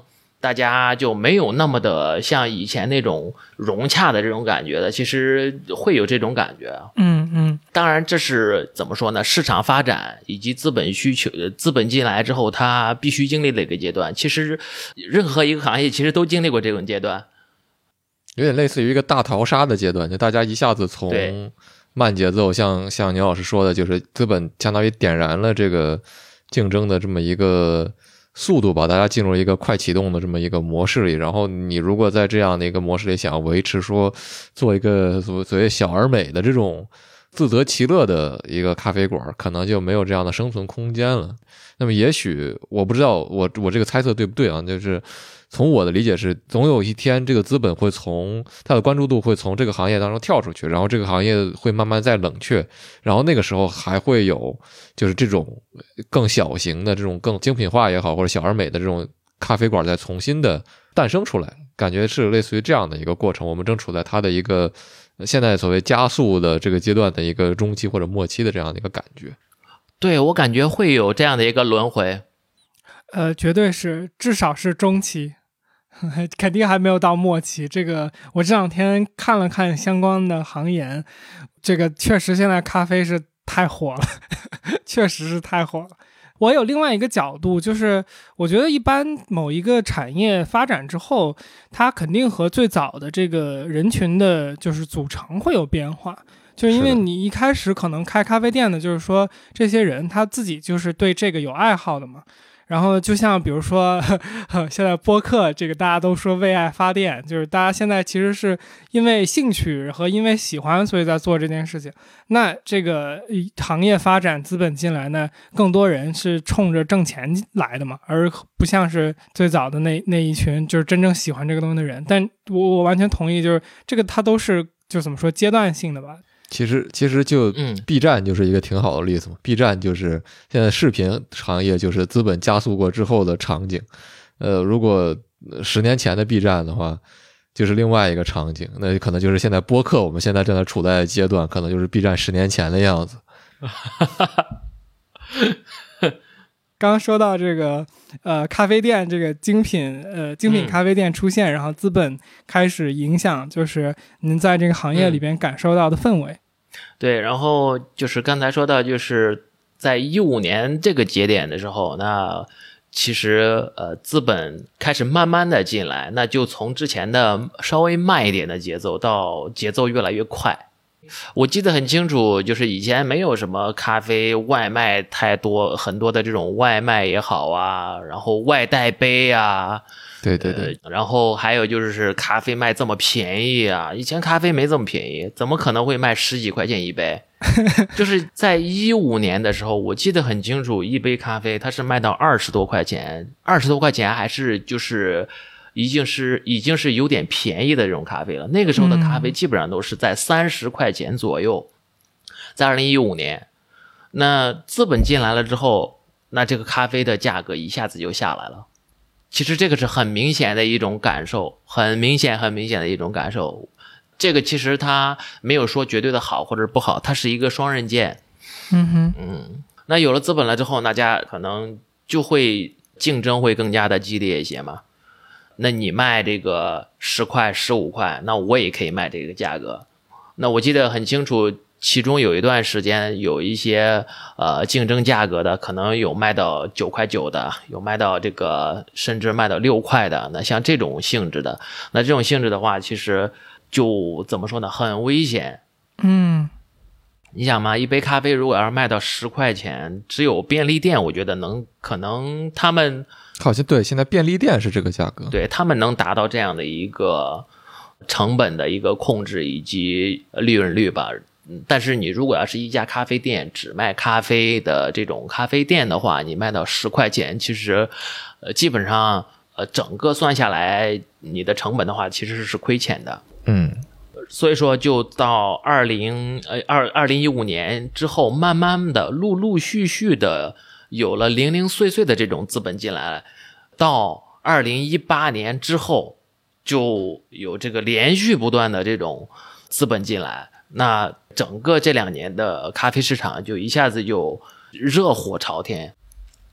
大家就没有那么的像以前那种融洽的这种感觉的，其实会有这种感觉啊。 嗯嗯， 当然这是怎么说呢？市场发展以及资本需求，资本进来之后，它必须经历的一个阶段。其实任何一个行业其实都经历过这种阶段， 有点类似于一个大逃杀的阶段，就大家一下子从慢节奏，像像牛老师说的，就是资本相当于点燃了这个竞争的这么一个速度吧，大家进入一个快启动的这么一个模式里，然后你如果在这样的一个模式里想要维持说做一个所谓小而美的这种自得其乐的一个咖啡馆，可能就没有这样的生存空间了。那么也许我不知道我我这个猜测对不对啊，就是从我的理解是，总有一天这个资本会从它的关注度会从这个行业当中跳出去，然后这个行业会慢慢再冷却，然后那个时候还会有就是这种更小型的这种更精品化也好，或者小而美的这种咖啡馆再重新的诞生出来，感觉是类似于这样的一个过程。我们正处在它的一个现在所谓加速的这个阶段的一个中期或者末期的这样的一个感觉。 对，我感觉会有这样的一个轮回。 呃，绝对是，至少是中期，肯定还没有到末期。这个我这两天看了看相关的行研，这个确实现在咖啡是太火了，确实是太火了。我有另外一个角度，就是我觉得一般某一个产业发展之后，它肯定和最早的这个人群的就是组成会有变化。就是因为你一开始可能开咖啡店的，就是说这些人他自己就是对这个有爱好的嘛。然后就像比如说呵呵现在播客这个大家都说为爱发电，就是大家现在其实是因为兴趣和因为喜欢所以在做这件事情。那这个行业发展资本进来呢，更多人是冲着挣钱来的嘛，而不像是最早的那那一群就是真正喜欢这个东西的人。但我我完全同意，就是这个它都是就怎么说阶段性的吧。 其实其实就 B 站就是一个挺好的例子嘛、嗯、B 站就是现在视频行业就是资本加速过之后的场景。呃，如果十年前的 B 站的话就是另外一个场景，那可能就是现在播客我们现在正在处在的阶段，可能就是 B 站十年前的样子。 刚刚说到这个呃咖啡店这个精品呃精品咖啡店出现、嗯、然后资本开始影响就是您在这个行业里边感受到的氛围、嗯、 对，然后就是刚才说到就是在一五年这个节点的时候，那其实呃资本开始慢慢的进来，那就从之前的稍微慢一点的节奏到节奏越来越快。我记得很清楚，就是以前没有什么咖啡外卖太多，很多的这种外卖也好啊，然后外带杯啊， 对对对、 呃，然后还有就是咖啡卖这么便宜啊，以前咖啡没这么便宜，怎么可能会卖十几块钱一杯？就是在一五年的时候，我记得很清楚，一杯咖啡它是卖到二十多块钱，二十多块钱还是就是已经是已经是有点便宜的这种咖啡了。那个时候的咖啡基本上都是在三十块钱左右。在二零一五年，那资本进来了之后，那这个咖啡的价格一下子就下来了。其实这个是很明显的一种感受，很明显很明显的一种感受。这个其实它没有说绝对的好或者不好，它是一个双刃剑。 嗯哼， 嗯，那有了资本了之后，大家可能就会竞争会更加的激烈一些嘛。那你卖这个十块十五块，那我也可以卖这个价格。那我记得很清楚，其中有一段时间有一些呃竞争价格的，可能有卖到九块九的，有卖到这个甚至卖到六块的。那像这种性质的，那这种性质的话，其实就怎么说呢，很危险。 嗯， 你想嘛，一杯咖啡如果要是卖到十块钱，只有便利店我觉得能可能他们好像对，现在便利店是这个价格， 对，他们能达到这样的一个成本的一个控制以及利润率吧。但是你如果要是一家咖啡店只卖咖啡的这种咖啡店的话，你卖到十块钱，其实呃基本上呃整个算下来你的成本的话其实是亏钱的。 嗯， 所以说就到二零呃二二零一五年之后，慢慢的陆陆续续的有了零零碎碎的这种资本进来，到二零一八年之后就有这个连续不断的这种资本进来，那整个这两年的咖啡市场就一下子就热火朝天。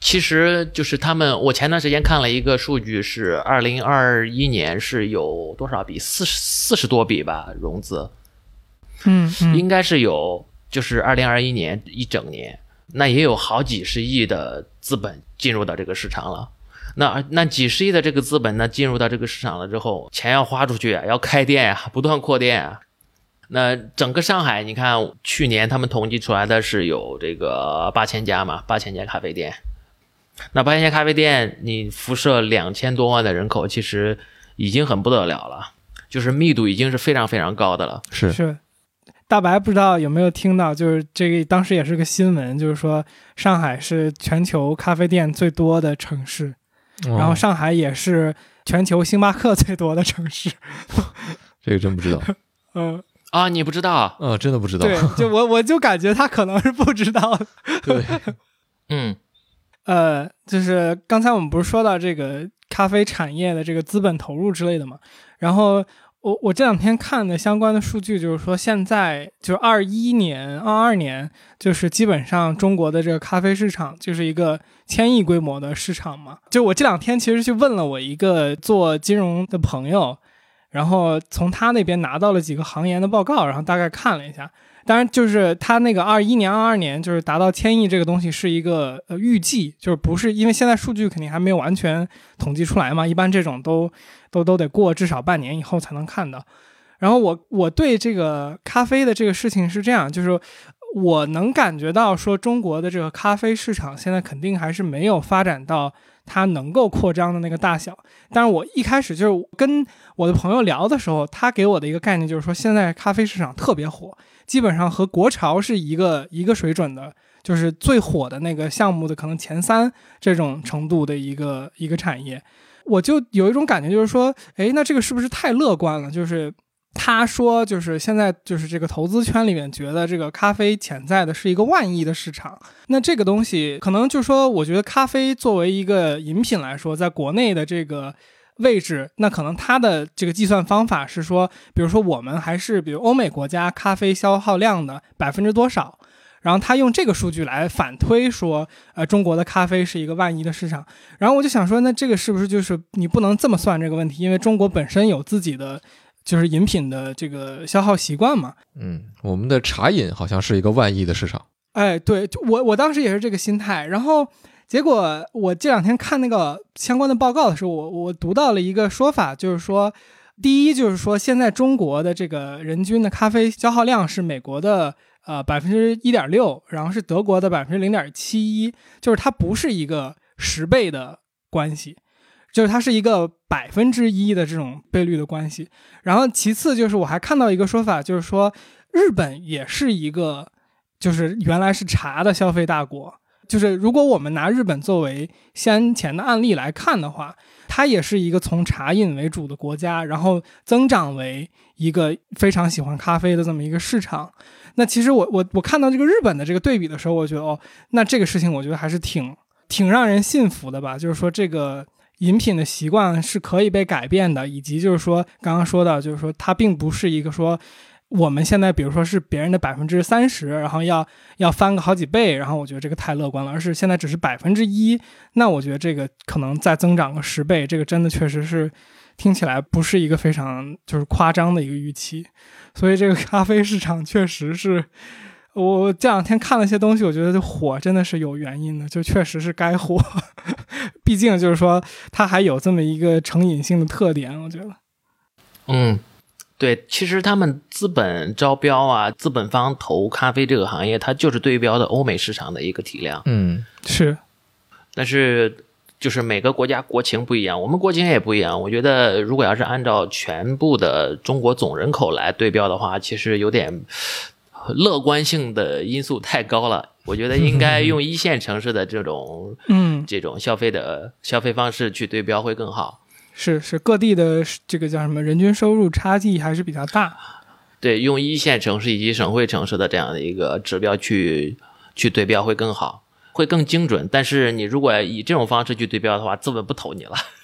其实就是他们，我前段时间看了一个数据，是二零二一年是有多少笔？四十四十多笔吧融资， 嗯，嗯应该是有，就是二零二一年一整年，那也有好几十亿的资本进入到这个市场了。那那几十亿的这个资本呢，进入到这个市场了之后，钱要花出去啊，要开店啊，不断扩店啊。那整个上海，你看去年他们统计出来的是有这个八千家嘛，八千家咖啡店。那八千家咖啡店，你辐射两千多万的人口，其实已经很不得了了，就是密度已经是非常非常高的了。 是是。大白不知道有没有听到，就是这个当时也是个新闻，就是说上海是全球咖啡店最多的城市， 哦、 然后上海也是全球星巴克最多的城市。 这个真不知道。 嗯啊，你不知道？ 嗯，真的不知道。 对，就我我就感觉他可能是不知道的。 对， 嗯。 呃，就是刚才我们不是说到这个咖啡产业的这个资本投入之类的嘛，然后我我这两天看的相关的数据就是说，现在就二一年、二二年，就是基本上中国的这个咖啡市场就是一个千亿规模的市场嘛。就我这两天其实去问了我一个做金融的朋友，然后从他那边拿到了几个行研的报告，然后大概看了一下。当然，就是他那个二一年、二二年，就是达到千亿这个东西是一个呃预计，就是不是因为现在数据肯定还没有完全统计出来嘛，一般这种都都都得过至少半年以后才能看到。然后我我对这个咖啡的这个事情是这样，就是我能感觉到说中国的这个咖啡市场现在肯定还是没有发展到它能够扩张的那个大小。但是我一开始就是跟我的朋友聊的时候，他给我的一个概念就是说，现在咖啡市场特别火。基本上和国潮是一个一个水准的，就是最火的那个项目的可能前三这种程度的一个一个产业。我就有一种感觉，就是说，哎，那这个是不是太乐观了？就是他说，就是现在就是这个投资圈里面觉得这个咖啡潜在的是一个万亿的市场。那这个东西可能就是说，我觉得咖啡作为一个饮品来说，在国内的这个位置，那可能它的这个计算方法是说，比如说我们还是比如欧美国家咖啡消耗量的百分之多少，然后他用这个数据来反推说，呃，中国的咖啡是一个万亿的市场。然后我就想说，那这个是不是就是你不能这么算这个问题？因为中国本身有自己的就是饮品的这个消耗习惯嘛。 嗯，我们的茶饮好像是一个万亿的市场。 哎，对，我我当时也是这个心态，然后。结果我这两天看那个相关的报告的时候，我我读到了一个说法，就是说，第一就是说，现在中国的这个人均的咖啡消耗量是美国的呃百分之一点六，然后是德国的百分之零点七一，就是它不是一个十倍的关系，就是它是一个百分之一的这种倍率的关系。然后其次就是我还看到一个说法，就是说日本也是一个，就是原来是茶的消费大国。就是如果我们拿日本作为先前的案例来看的话，它也是一个从茶饮为主的国家，然后增长为一个非常喜欢咖啡的这么一个市场。那其实我我我看到这个日本的这个对比的时候，我觉得哦，那这个事情我觉得还是挺挺让人信服的吧。就是说这个饮品的习惯是可以被改变的，以及就是说刚刚说到，就是说它并不是一个说。我们现在比如说是别人的百分之三十，然后要要翻个好几倍，然后我觉得这个太乐观了，而是现在只是百分之一，那我觉得这个可能再增长个十倍，这个真的确实是听起来不是一个非常就是夸张的一个预期，所以这个咖啡市场确实是，我这两天看了些东西，我觉得火真的是有原因的，就确实是该火，毕竟就是说它还有这么一个成瘾性的特点，我觉得， 嗯。对，其实他们资本招标啊，资本方投咖啡这个行业，它就是对标的欧美市场的一个体量。 嗯， 是。 但是就是每个国家国情不一样，我们国情也不一样。我觉得如果要是按照全部的中国总人口来对标的话，其实有点乐观性的因素太高了。我觉得应该用一线城市的这种嗯这种消费的消费方式去对标会更好。 是是，各地的这个叫什么人均收入差距还是比较大。 对，用一线城市以及省会城市的这样的一个指标去去对标会更好，会更精准。但是你如果以这种方式去对标的话，资本不投你了。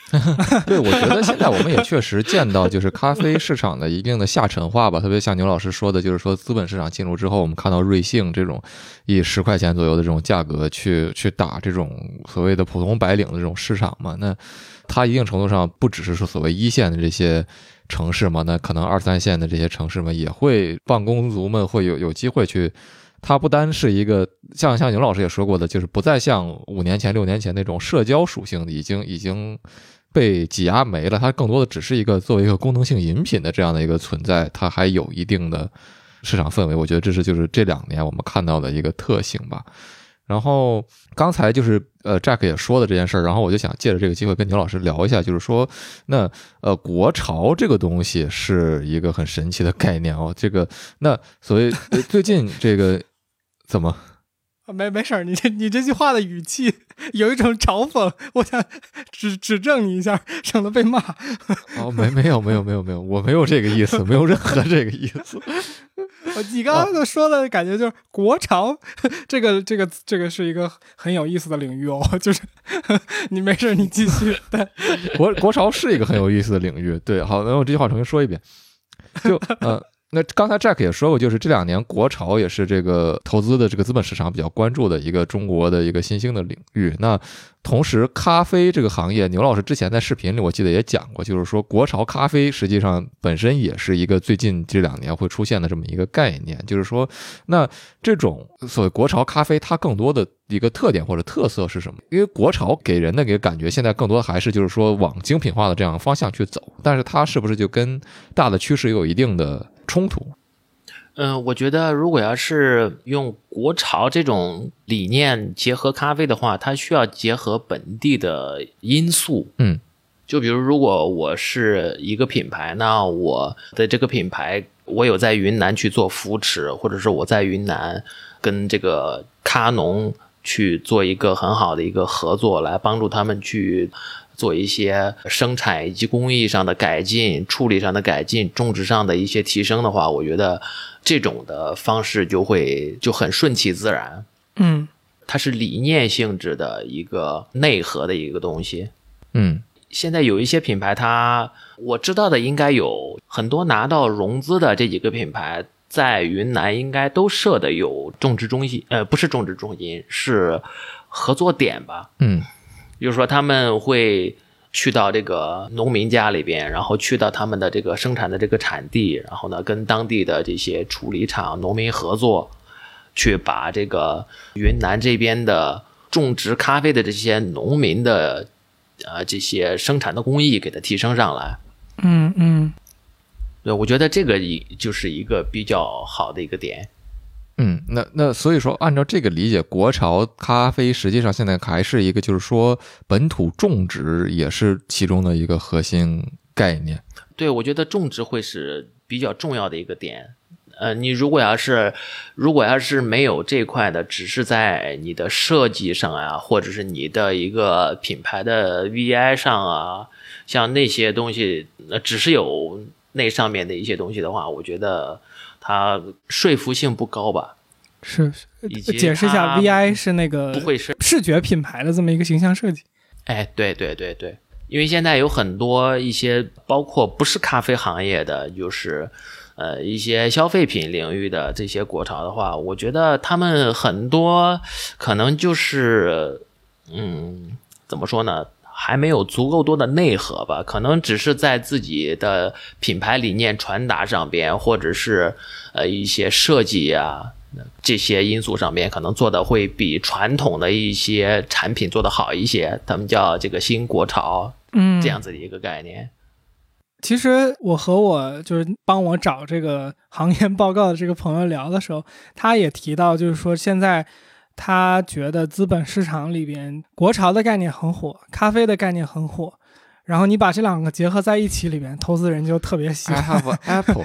对，我觉得现在我们也确实见到，就是咖啡市场的一定的下沉化吧。特别像牛老师说的，就是说资本市场进入之后，我们看到瑞幸这种以十块钱左右的这种价格去去打这种所谓的普通白领的这种市场嘛。那它一定程度上不只是说所谓一线的这些城市嘛，那可能二三线的这些城市们也会办公族们会有有机会去。它不单是一个像像牛老师也说过的，就是不再像五年前六年前那种社交属性的，已经已经被挤压没了。它更多的只是一个作为一个功能性饮品的这样的一个存在，它还有一定的市场氛围。我觉得这是就是这两年我们看到的一个特性吧。然后刚才就是呃 Jack 也说的这件事儿，然后我就想借着这个机会跟牛老师聊一下，就是说那呃国潮这个东西是一个很神奇的概念哦。这个那所谓、呃、最近这个怎么？ 没没事儿，你这你这句话的语气有一种嘲讽，我想指指正你一下，省得被骂。 哦，没没有没有没有没有，我没有这个意思，没有任何这个意思。 你刚刚说的感觉就是国潮，这个这个这个是一个很有意思的领域哦，就是你没事你继续。对， 国国潮是一个很有意思的领域。对，好，那我这句话重新说一遍，就呃。那刚才 Jack 也说过，就是这两年国潮也是这个投资的这个资本市场比较关注的一个中国的一个新兴的领域。那同时咖啡这个行业，牛老师之前在视频里我记得也讲过，就是说国潮咖啡实际上本身也是一个最近这两年会出现的这么一个概念。就是说那这种所谓国潮咖啡它更多的一个特点或者特色是什么？因为国潮给人的给感觉现在更多还是就是说往精品化的这样方向去走，但是它是不是就跟大的趋势有一定的冲突？ 嗯，我觉得如果要是用国潮这种理念结合咖啡的话，它需要结合本地的因素。 嗯， 就比如如果我是一个品牌，那我的这个品牌我有在云南去做扶持，或者是我在云南跟这个咖农去做一个很好的一个合作，来帮助他们去做一些生产以及工艺上的改进、处理上的改进、种植上的一些提升的话，我觉得这种的方式就会就很顺其自然。 嗯， 它是理念性质的一个内核的一个东西。 嗯， 现在有一些品牌它，我知道的应该有很多拿到融资的这几个品牌，在云南应该都设的有种植中心，呃，不是种植中心，是合作点吧。 嗯。 比如说他们会去到这个农民家里边，然后去到他们的这个生产的这个产地，然后呢跟当地的这些处理厂农民合作，去把这个云南这边的种植咖啡的这些农民的呃这些生产的工艺给它提升上来。 嗯嗯， 对，我觉得这个就是一个比较好的一个点。 嗯，那那所以说，按照这个理解，国潮咖啡实际上现在还是一个，就是说本土种植也是其中的一个核心概念。 对，我觉得种植会是比较重要的一个点。呃，你如果要是如果要是没有这块的，只是在你的设计上啊，或者是你的一个品牌的 V I 上啊，像那些东西，呃，只是有那上面的一些东西的话，我觉得它说服性不高吧。 是，解释一下 V I 是那个不会是视觉品牌的这么一个形象设计。 哎，对对对对，因为现在有很多一些包括不是咖啡行业的，就是呃一些消费品领域的这些国潮的话，我觉得他们很多可能就是嗯怎么说呢，还没有足够多的内核吧，可能只是在自己的品牌理念传达上边，或者是呃一些设计啊这些因素上面，可能做的会比传统的一些产品做的好一些，他们叫这个新国潮， 嗯， 这样子的一个概念。 其实我和我就是帮我找这个行业报告的这个朋友聊的时候，他也提到，就是说现在他觉得资本市场里边国潮的概念很火，咖啡的概念很火，然后你把这两个结合在一起里边，投资人就特别喜欢。 I have an apple,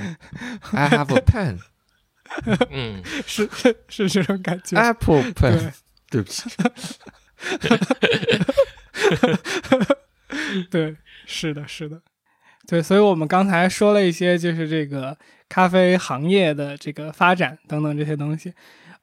I have a pen 。 嗯， 是是这种感觉。 Apple pen， 对不起。 对，是的，是的。对，所以我们刚才说了一些就是这个咖啡行业的这个发展等等这些东西。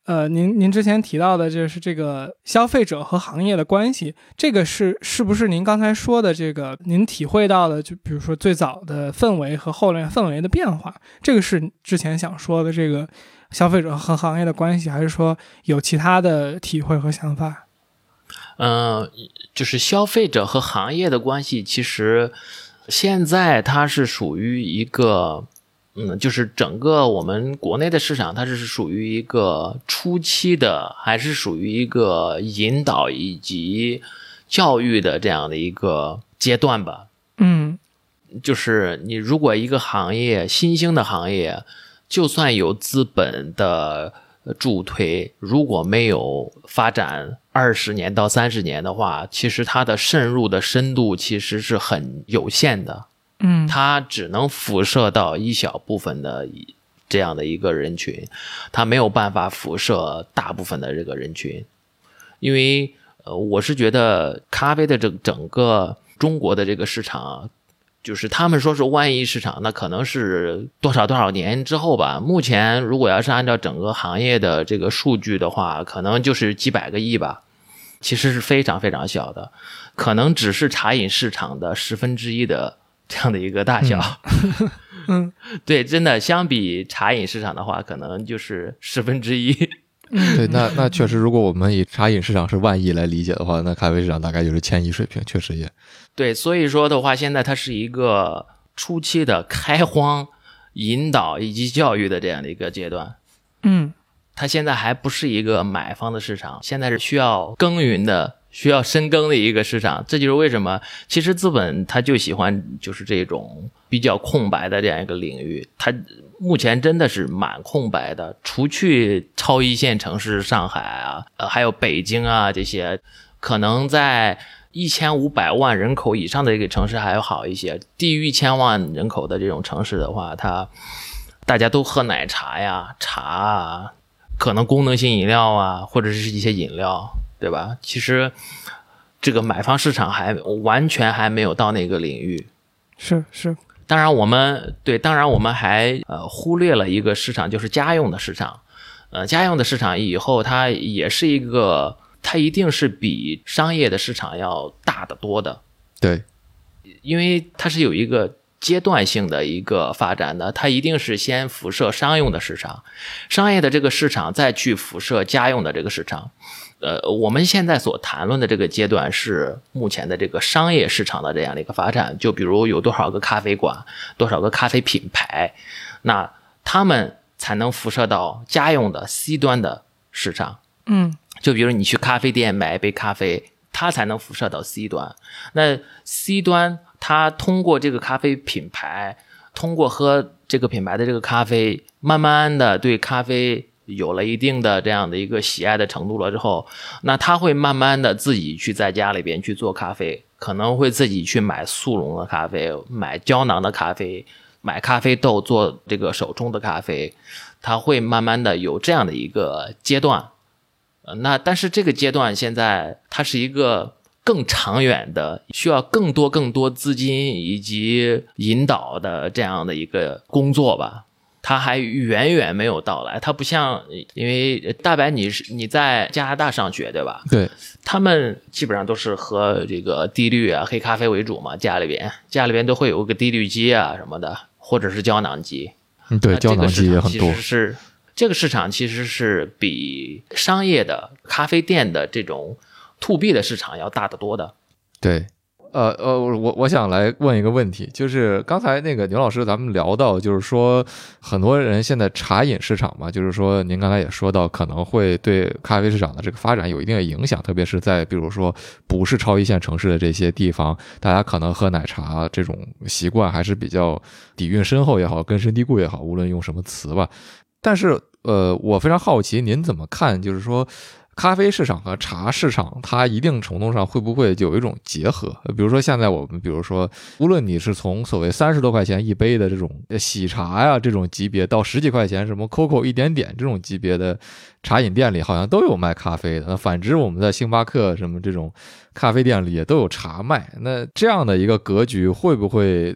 呃，您您之前提到的就是这个消费者和行业的关系，这个是是不是您刚才说的这个您体会到的？就比如说最早的氛围和后来氛围的变化，这个是之前想说的这个消费者和行业的关系，还是说有其他的体会和想法？ 嗯、呃，就是消费者和行业的关系，其实现在它是属于一个。嗯，就是整个我们国内的市场，它是属于一个初期的，还是属于一个引导以及教育的这样的一个阶段吧。 嗯， 就是你如果一个行业，新兴的行业，就算有资本的助推，如果没有发展二十年到三十年的话，其实它的渗入的深度其实是很有限的。 嗯， 它只能辐射到一小部分的这样的一个人群，它没有办法辐射大部分的这个人群。因为呃，我是觉得咖啡的这整个中国的这个市场，就是他们说是万亿市场，那可能是多少多少年之后吧。目前如果要是按照整个行业的这个数据的话，可能就是几百个亿吧，其实是非常非常小的，可能只是茶饮市场的十分之一的这样的一个大小。 嗯， 对，真的相比茶饮市场的话，可能就是十分之一。 对，那那确实，如果我们以茶饮市场是万亿来理解的话，那咖啡市场大概就是千亿水平，确实也。 对，所以说的话，现在它是一个初期的开荒、引导以及教育的这样的一个阶段。 嗯， 它现在还不是一个买方的市场，现在是需要耕耘的。需要深耕的一个市场，这就是为什么其实资本它就喜欢就是这种比较空白的这样一个领域，它目前真的是蛮空白的，除去超一线城市上海啊，呃，还有北京啊这些，可能在一千五百万人口以上的一个城市还要好一些，低于一千万人口的这种城市的话，它大家都喝奶茶呀、茶啊，可能功能性饮料啊，或者是一些饮料。对吧？其实这个买方市场还完全还没有到那个领域。 是是。 当然我们对，当然我们还呃忽略了一个市场，就是家用的市场。呃，家用的市场以后它也是一个，它一定是比商业的市场要大得多的。 对， 因为它是有一个阶段性的一个发展的，它一定是先辐射商用的市场，商业的这个市场再去辐射家用的这个市场。呃，我们现在所谈论的这个阶段是目前的这个商业市场的这样的一个发展，就比如有多少个咖啡馆，多少个咖啡品牌，那他们才能辐射到家用的 C 端的市场。 嗯， 就比如你去咖啡店买一杯咖啡，它才能辐射到 C 端。那 C 端它通过这个咖啡品牌，通过喝这个品牌的这个咖啡，慢慢的对咖啡有了一定的这样的一个喜爱的程度了之后，那他会慢慢的自己去在家里边去做咖啡，可能会自己去买速溶的咖啡，买胶囊的咖啡，买咖啡豆做这个手冲的咖啡，他会慢慢的有这样的一个阶段。呃，那但是这个阶段现在它是一个更长远的，需要更多更多资金以及引导的这样的一个工作吧。它还远远没有到来，它不像，因为大白你是你在加拿大上学对吧？ 对， 他们基本上都是喝这个低滤啊黑咖啡为主嘛，家里边家里边都会有个低滤机啊什么的，或者是胶囊机。 嗯，对，胶囊机也很多。 其实是这个市场其实是比商业的咖啡店的这种 to B 的市场要大得多的。 对。呃呃，我我想来问一个问题，就是刚才那个牛老师咱们聊到，就是说很多人现在茶饮市场嘛，就是说您刚才也说到，可能会对咖啡市场的这个发展有一定的影响，特别是在比如说不是超一线城市的这些地方，大家可能喝奶茶这种习惯还是比较底蕴深厚也好，根深蒂固也好，无论用什么词吧。但是呃，我非常好奇您怎么看，就是说咖啡市场和茶市场它一定程度上会不会就有一种结合，比如说现在我们比如说无论你是从所谓三十多块钱一杯的这种喜茶呀这种级别，到十几块钱什么 C O C O 一点点这种级别的茶饮店里好像都有卖咖啡的，那反之我们在星巴克什么这种咖啡店里也都有茶卖，那这样的一个格局会不会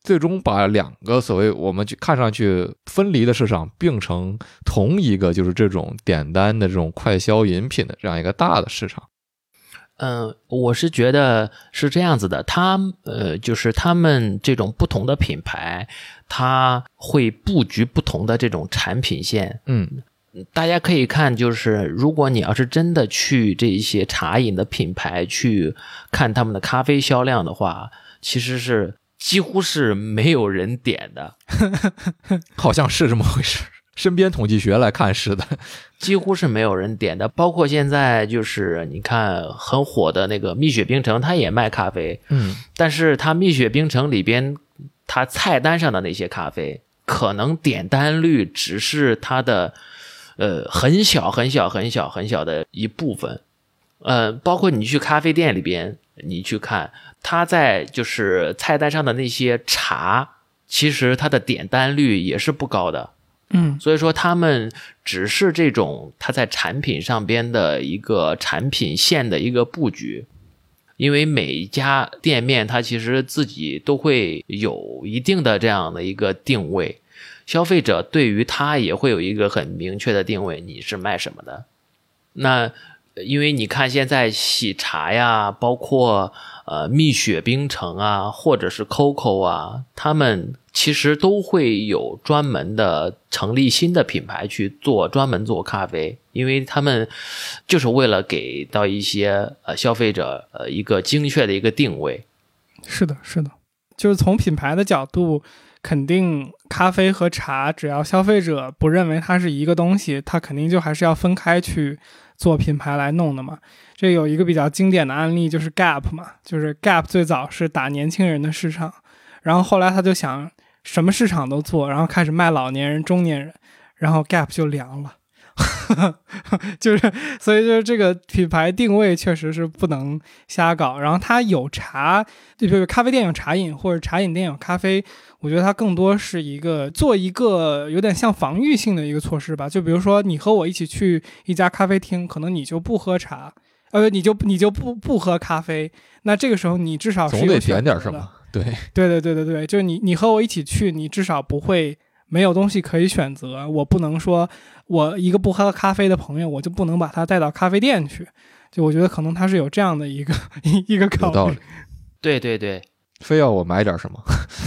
最终把两个所谓我们去看上去分离的市场并成同一个，就是这种简单的这种快消饮品的这样一个大的市场。 嗯，我是觉得是这样子的，他呃，就是他们这种不同的品牌，它会布局不同的这种产品线。 嗯， 大家可以看，就是如果你要是真的去这些茶饮的品牌去看他们的咖啡销量的话，其实是几乎是没有人点的。 好像是这么回事。身边统计学来看是的， 几乎是没有人点的。包括现在就是你看很火的那个蜜雪冰城，它也卖咖啡， 嗯， 但是它蜜雪冰城里边它菜单上的那些咖啡，可能点单率只是它的呃很小很小很小很小的一部分。呃，包括你去咖啡店里边，你去看它在就是菜单上的那些茶，其实它的点单率也是不高的。 嗯， 所以说他们只是这种它在产品上边的一个产品线的一个布局，因为每一家店面它其实自己都会有一定的这样的一个定位，消费者对于它也会有一个很明确的定位，你是卖什么的。那因为你看现在喜茶呀，包括呃蜜雪冰城啊，或者是 C O C O 啊，他们其实都会有专门的成立新的品牌去做专门做咖啡，因为他们就是为了给到一些呃消费者呃一个精确的一个定位。 是的，是的，就是从品牌的角度，肯定咖啡和茶，只要消费者不认为它是一个东西，它肯定就还是要分开去做品牌来弄的嘛。这有一个比较经典的案例就是 Gap 嘛，就是 Gap 最早是打年轻人的市场，然后后来他就想什么市场都做，然后开始卖老年人中年人，然后 Gap 就凉了。就是所以就是这个品牌定位确实是不能瞎搞，然后它有茶，就比如咖啡店有茶饮或者茶饮店有咖啡，我觉得它更多是一个做一个有点像防御性的一个措施吧。就比如说你和我一起去一家咖啡厅，可能你就不喝茶，呃，你就你就不不喝咖啡，那这个时候你至少是总得点点什么。对对对对对对，就是你你和我一起去，你至少不会没有东西可以选择。我不能说我一个不喝咖啡的朋友，我就不能把他带到咖啡店去。就我觉得可能他是有这样的一个一个考虑。 有道理。 对对对， 非要我买点什么？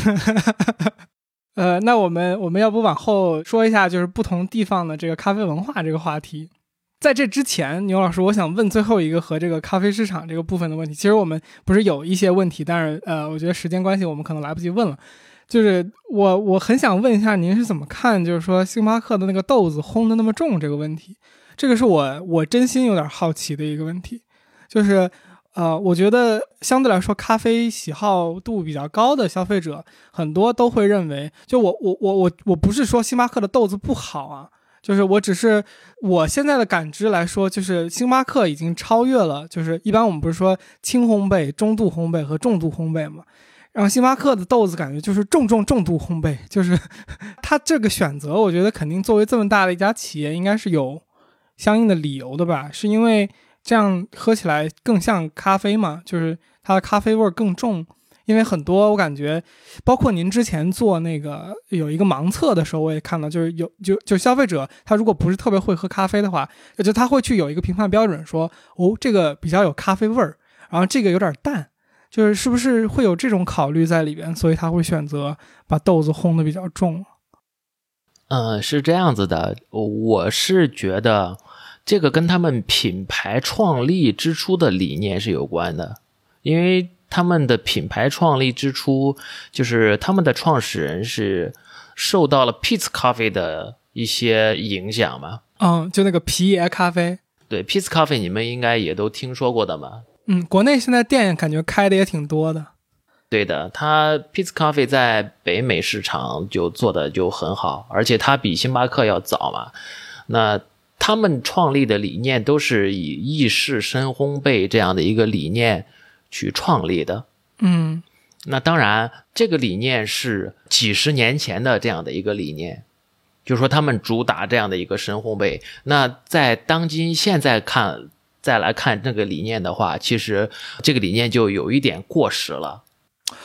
呃，那我们我们要不往后说一下，就是不同地方的这个咖啡文化这个话题。在这之前，牛老师，我想问最后一个和这个咖啡市场这个部分的问题。其实我们不是有一些问题，但是呃，我觉得时间关系，我们可能来不及问了。就是我我很想问一下，您是怎么看，就是说星巴克的那个豆子烘的那么重这个问题？这个是我我真心有点好奇的一个问题。就是呃，我觉得相对来说，咖啡喜好度比较高的消费者，很多都会认为，就我我我我我不是说星巴克的豆子不好啊。就是我只是我现在的感知来说，就是星巴克已经超越了，就是一般我们不是说轻烘焙、中度烘焙和重度烘焙嘛，然后星巴克的豆子感觉就是重重重度烘焙，就是它这个选择，我觉得肯定作为这么大的一家企业，应该是有相应的理由的吧？是因为这样喝起来更像咖啡嘛？就是它的咖啡味更重。因为很多我感觉，包括您之前做那个有一个盲测的时候，我也看到，就是有就就消费者他如果不是特别会喝咖啡的话，就他会去有一个评判标准说，哦，这个比较有咖啡味儿，然后这个有点淡，就是是不是会有这种考虑在里边，所以他会选择把豆子烘得比较重。 嗯，是这样子的，我是觉得这个跟他们品牌创立之初的理念是有关的，因为他们的品牌创立之初，就是他们的创始人是受到了 Peet's Coffee 的一些影响嘛。 嗯，就那个皮爷咖啡。 对 ，Peet's Coffee 你们应该也都听说过的嘛。 嗯，国内现在店感觉开的也挺多的。 对的，它 Peet's Coffee 在北美市场就做的就很好，而且它比星巴克要早嘛。那他们创立的理念都是以意式深烘焙这样的一个理念去创立的。 嗯， 那当然这个理念是几十年前的这样的一个理念，就是说他们主打这样的一个深烘焙。那在当今现在看再来看这个理念的话，其实这个理念就有一点过时了。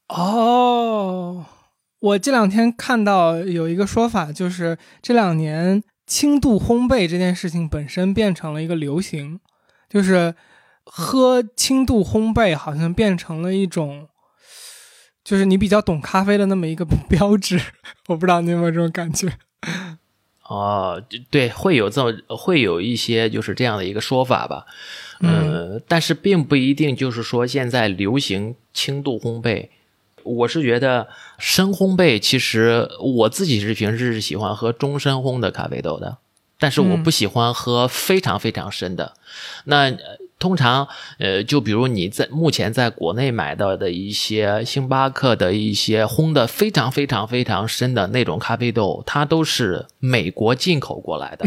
哦，我这两天看到有一个说法，就是这两年轻度烘焙这件事情本身变成了一个流行，就是喝轻度烘焙好像变成了一种，就是你比较懂咖啡的那么一个标志。我不知道你有没有这种感觉。 哦，对，会有这么会有一些就是这样的一个说法吧。嗯、呃，但是并不一定就是说现在流行轻度烘焙。我是觉得深烘焙，其实我自己是平时是喜欢喝中深烘的咖啡豆的，但是我不喜欢喝非常非常深的。嗯、那通常呃，就比如你在目前在国内买到的一些星巴克的一些烘的非常非常非常深的那种咖啡豆，它都是美国进口过来的。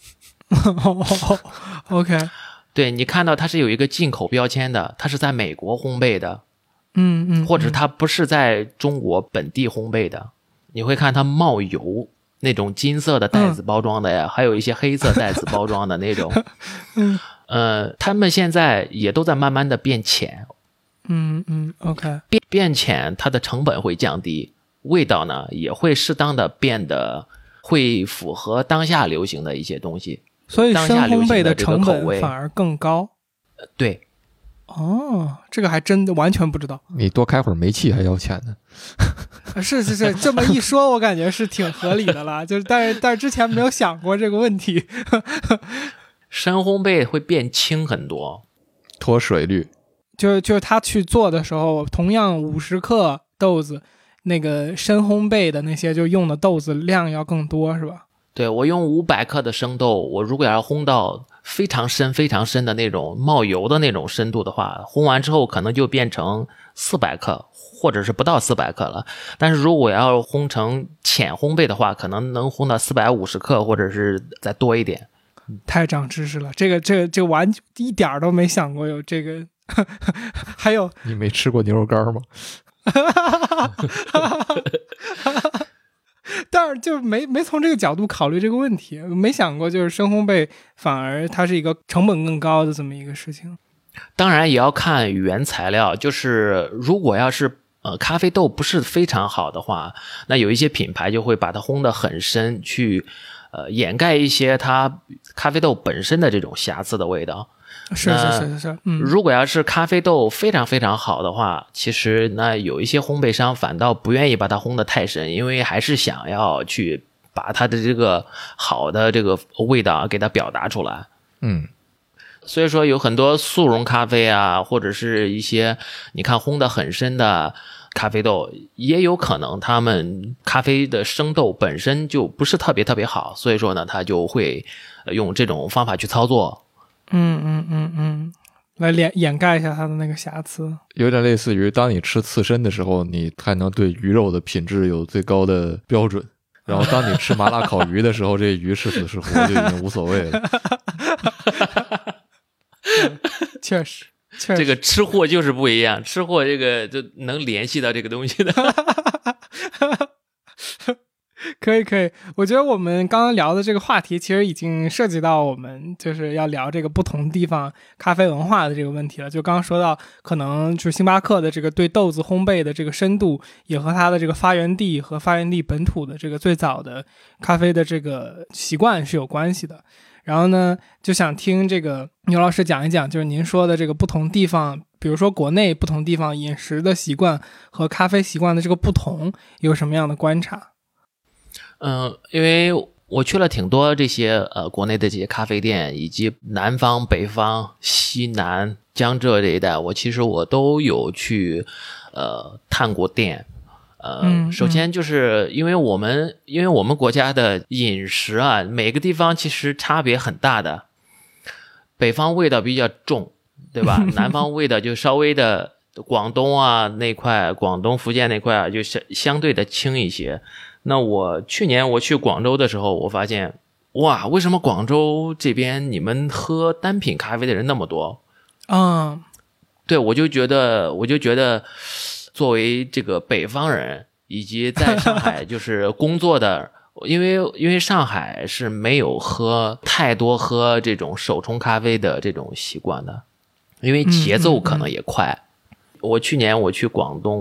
OK， 对，你看到它是有一个进口标签的，它是在美国烘焙的。 嗯嗯， 或者它不是在中国本地烘焙的，你会看它冒油那种金色的袋子包装的呀，嗯、还有一些黑色袋子包装的那种。 嗯， 呃，他们现在也都在慢慢的变浅。 嗯嗯 ，OK， 变变浅，它的成本会降低，味道呢也会适当的变得会符合当下流行的一些东西。 所以深烘焙的成本反而更高。 呃、对。 哦，这个还真的完全不知道。 你多开会儿煤气还要钱呢。 是是是，这么一说，我感觉是挺合理的了。就是，但是但是之前没有想过这个问题。 深烘焙会变轻很多， 脱水率。 就就是他去做的时候，同样五十克豆子，那个深烘焙的那些就用的豆子量要更多，是吧？ 对，我用五百克的生豆，我如果要烘到非常深非常深的那种冒油的那种深度的话，烘完之后可能就变成四百克或者是不到四百克了。但是如果要烘成浅烘焙的话，可能能烘到四百五十克或者是再多一点。 太长知识了，这个这个这个完一点都没想过有这个。还有你没吃过牛肉干吗？ 但是就没没从这个角度考虑这个问题，没想过就是深烘焙反而它是一个成本更高的这么一个事情。 当然也要看原材料，就是如果要是呃咖啡豆不是非常好的话，那有一些品牌就会把它烘得很深，去呃掩盖一些它咖啡豆本身的这种瑕疵的味道。 是是是是是，嗯。 如果要是咖啡豆非常非常好的话，其实那有一些烘焙商反倒不愿意把它烘得太深，因为还是想要去把它的这个好的这个味道给它表达出来。 嗯， 所以说有很多速溶咖啡啊，或者是一些你看烘得很深的咖啡豆，也有可能他们咖啡的生豆本身就不是特别特别好，所以说呢，他就会用这种方法去操作。 嗯嗯嗯嗯，来掩掩盖一下它的那个瑕疵， 有点类似于当你吃刺身的时候，你才能对鱼肉的品质有最高的标准。然后当你吃麻辣烤鱼的时候，这鱼是死是活就已经无所谓了。 确实，确实， 这个吃货就是不一样，吃货这个就能联系到这个东西的。 可以可以，我觉得我们刚刚聊的这个话题其实已经涉及到我们就是要聊这个不同地方咖啡文化的这个问题了。就刚刚说到可能就是星巴克的这个对豆子烘焙的这个深度，也和它的这个发源地和发源地本土的这个最早的咖啡的这个习惯是有关系的。然后呢，就想听这个牛老师讲一讲，就是您说的这个不同地方，比如说国内不同地方饮食的习惯和咖啡习惯的这个不同有什么样的观察？ 嗯，因为我去了挺多这些呃国内的这些咖啡店，以及南方、北方、西南、江浙这一带，我其实我都有去呃探过店。呃、嗯，首先就是因为我们因为我们国家的饮食啊，每个地方其实差别很大的。北方味道比较重，对吧？南方味道就稍微的，广东啊那块，广东、福建那块啊，就相相对的轻一些。那我去年我去广州的时候，我发现，哇，为什么广州这边你们喝单品咖啡的人那么多？ 嗯， 对，我就觉得，我就觉得，作为这个北方人，以及在上海就是工作的，因为因为上海是没有喝太多喝这种手冲咖啡的这种习惯的，因为节奏可能也快。嗯嗯嗯，我去年我去广东。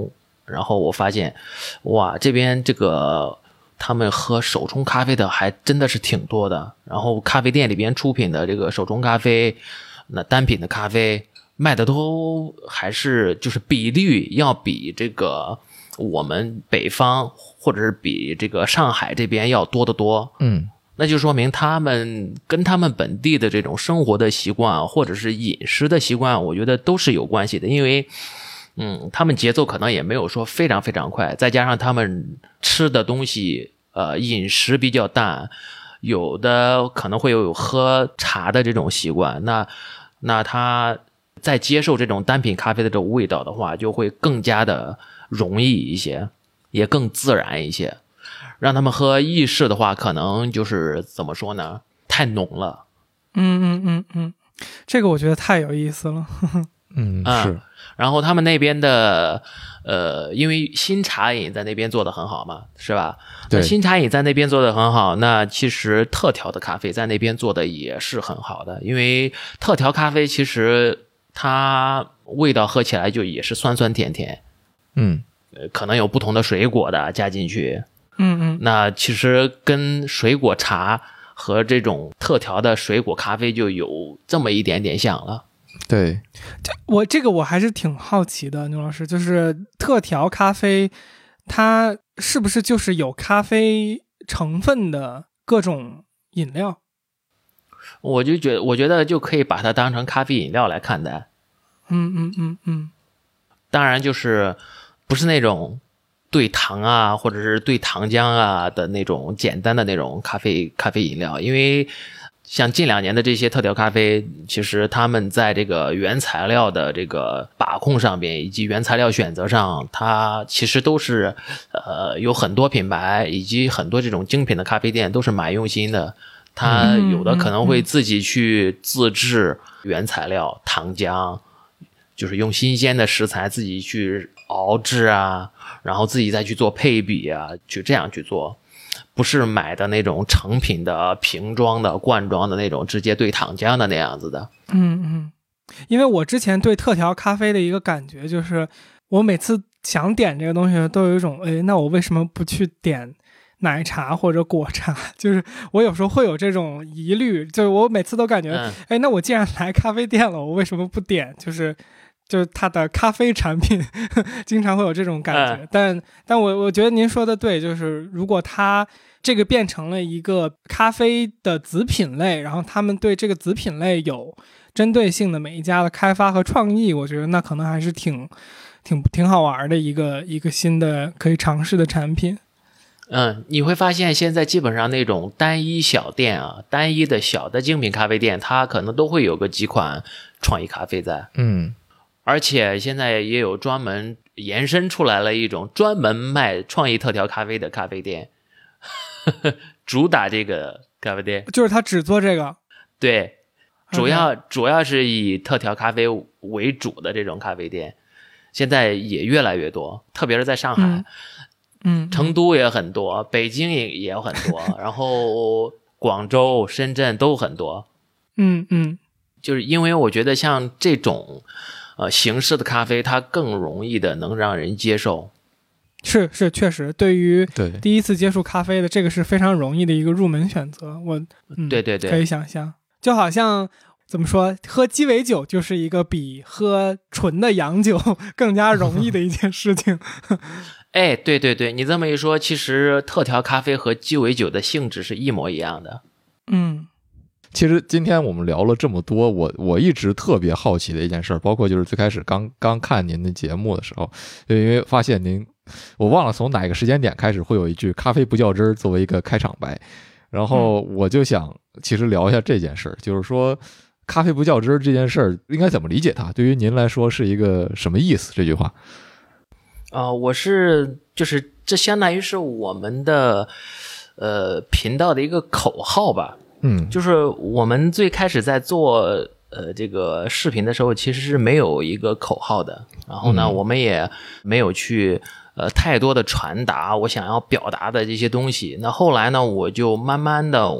然后我发现，哇，这边这个他们喝手冲咖啡的还真的是挺多的。然后咖啡店里边出品的这个手冲咖啡，那单品的咖啡卖的都还是就是比率要比这个我们北方或者是比这个上海这边要多得多。 嗯， 那就说明他们跟他们本地的这种生活的习惯或者是饮食的习惯，我觉得都是有关系的。因为嗯，他们节奏可能也没有说非常非常快，再加上他们吃的东西呃饮食比较淡，有的可能会有喝茶的这种习惯，那那他在接受这种单品咖啡的这种味道的话，就会更加的容易一些，也更自然一些。让他们喝意式的话，可能就是怎么说呢，太浓了。 嗯嗯嗯嗯，这个我觉得太有意思了。 嗯，是、嗯。 然后他们那边的呃，因为新茶饮在那边做的很好嘛，是吧？ 对， 新茶饮在那边做的很好，那其实特调的咖啡在那边做的也是很好的。因为特调咖啡其实它味道喝起来就也是酸酸甜甜， 嗯， 可能有不同的水果的加进去， 嗯嗯， 那其实跟水果茶和这种特调的水果咖啡就有这么一点点像了。 对， 这我这个我还是挺好奇的，牛老师，就是特调咖啡，它是不是就是有咖啡成分的各种饮料？ 我就觉得，我觉得就可以把它当成咖啡饮料来看待。 嗯嗯嗯嗯， 当然就是不是那种兑糖啊，或者是兑糖浆啊的那种简单的那种咖啡咖啡饮料，因为像近两年的这些特调咖啡，其实他们在这个原材料的这个把控上边，以及原材料选择上，它其实都是呃有很多品牌以及很多这种精品的咖啡店都是蛮用心的。它有的可能会自己去自制原材料，糖浆，就是用新鲜的食材自己去熬制啊，然后自己再去做配比啊，去这样去做。不是买的那种成品的瓶装的罐装的那种直接兑糖浆的那样子的。 嗯嗯，因为我之前对特调咖啡的一个感觉就是，我每次想点这个东西都有一种，哎，那我为什么不去点奶茶或者果茶？就是我有时候会有这种疑虑，就是我每次都感觉， 嗯、 哎，那我既然来咖啡店了，我为什么不点就是就是它的咖啡产品？经常会有这种感觉。嗯、但但我我觉得您说的对，就是如果它这个变成了一个咖啡的子品类，然后他们对这个子品类有针对性的每一家的开发和创意，我觉得那可能还是挺挺挺好玩的一个一个新的可以尝试的产品。 嗯，你会发现现在基本上那种单一小店啊，单一的小的精品咖啡店，它可能都会有个几款创意咖啡在。 嗯， 而且现在也有专门延伸出来了一种专门卖创意特调咖啡的咖啡店。主打这个咖啡店， 就是他只做这个， 对，主要、 okay. 主要是以特调咖啡为主的这种咖啡店，现在也越来越多，特别是在上海， 嗯，嗯成都也很多，北京也也有很多，然后广州、深圳都很多， 嗯嗯， 就是因为我觉得像这种呃形式的咖啡，它更容易的能让人接受。 是是，确实，对于对第一次接触咖啡的这个是非常容易的一个入门选择。我、嗯、 对对对， 可以想象，就好像怎么说，喝鸡尾酒就是一个比喝纯的洋酒更加容易的一件事情。 哎，对对对，你这么一说，其实特调咖啡和鸡尾酒的性质是一模一样的。 嗯。 其实今天我们聊了这么多，我我一直特别好奇的一件事，包括就是最开始刚刚看您的节目的时候，因为发现您，我忘了从哪个时间点开始会有一句咖啡不较真儿作为一个开场白，然后我就想其实聊一下这件事，就是说咖啡不较真儿这件事儿应该怎么理解它？对于您来说是一个什么意思？这句话？ 啊、呃，我是就是这相当于是我们的呃频道的一个口号吧。 嗯， 就是我们最开始在做呃这个视频的时候，其实是没有一个口号的。然后呢，嗯、我们也没有去呃太多的传达我想要表达的这些东西。那后来呢，我就慢慢的，我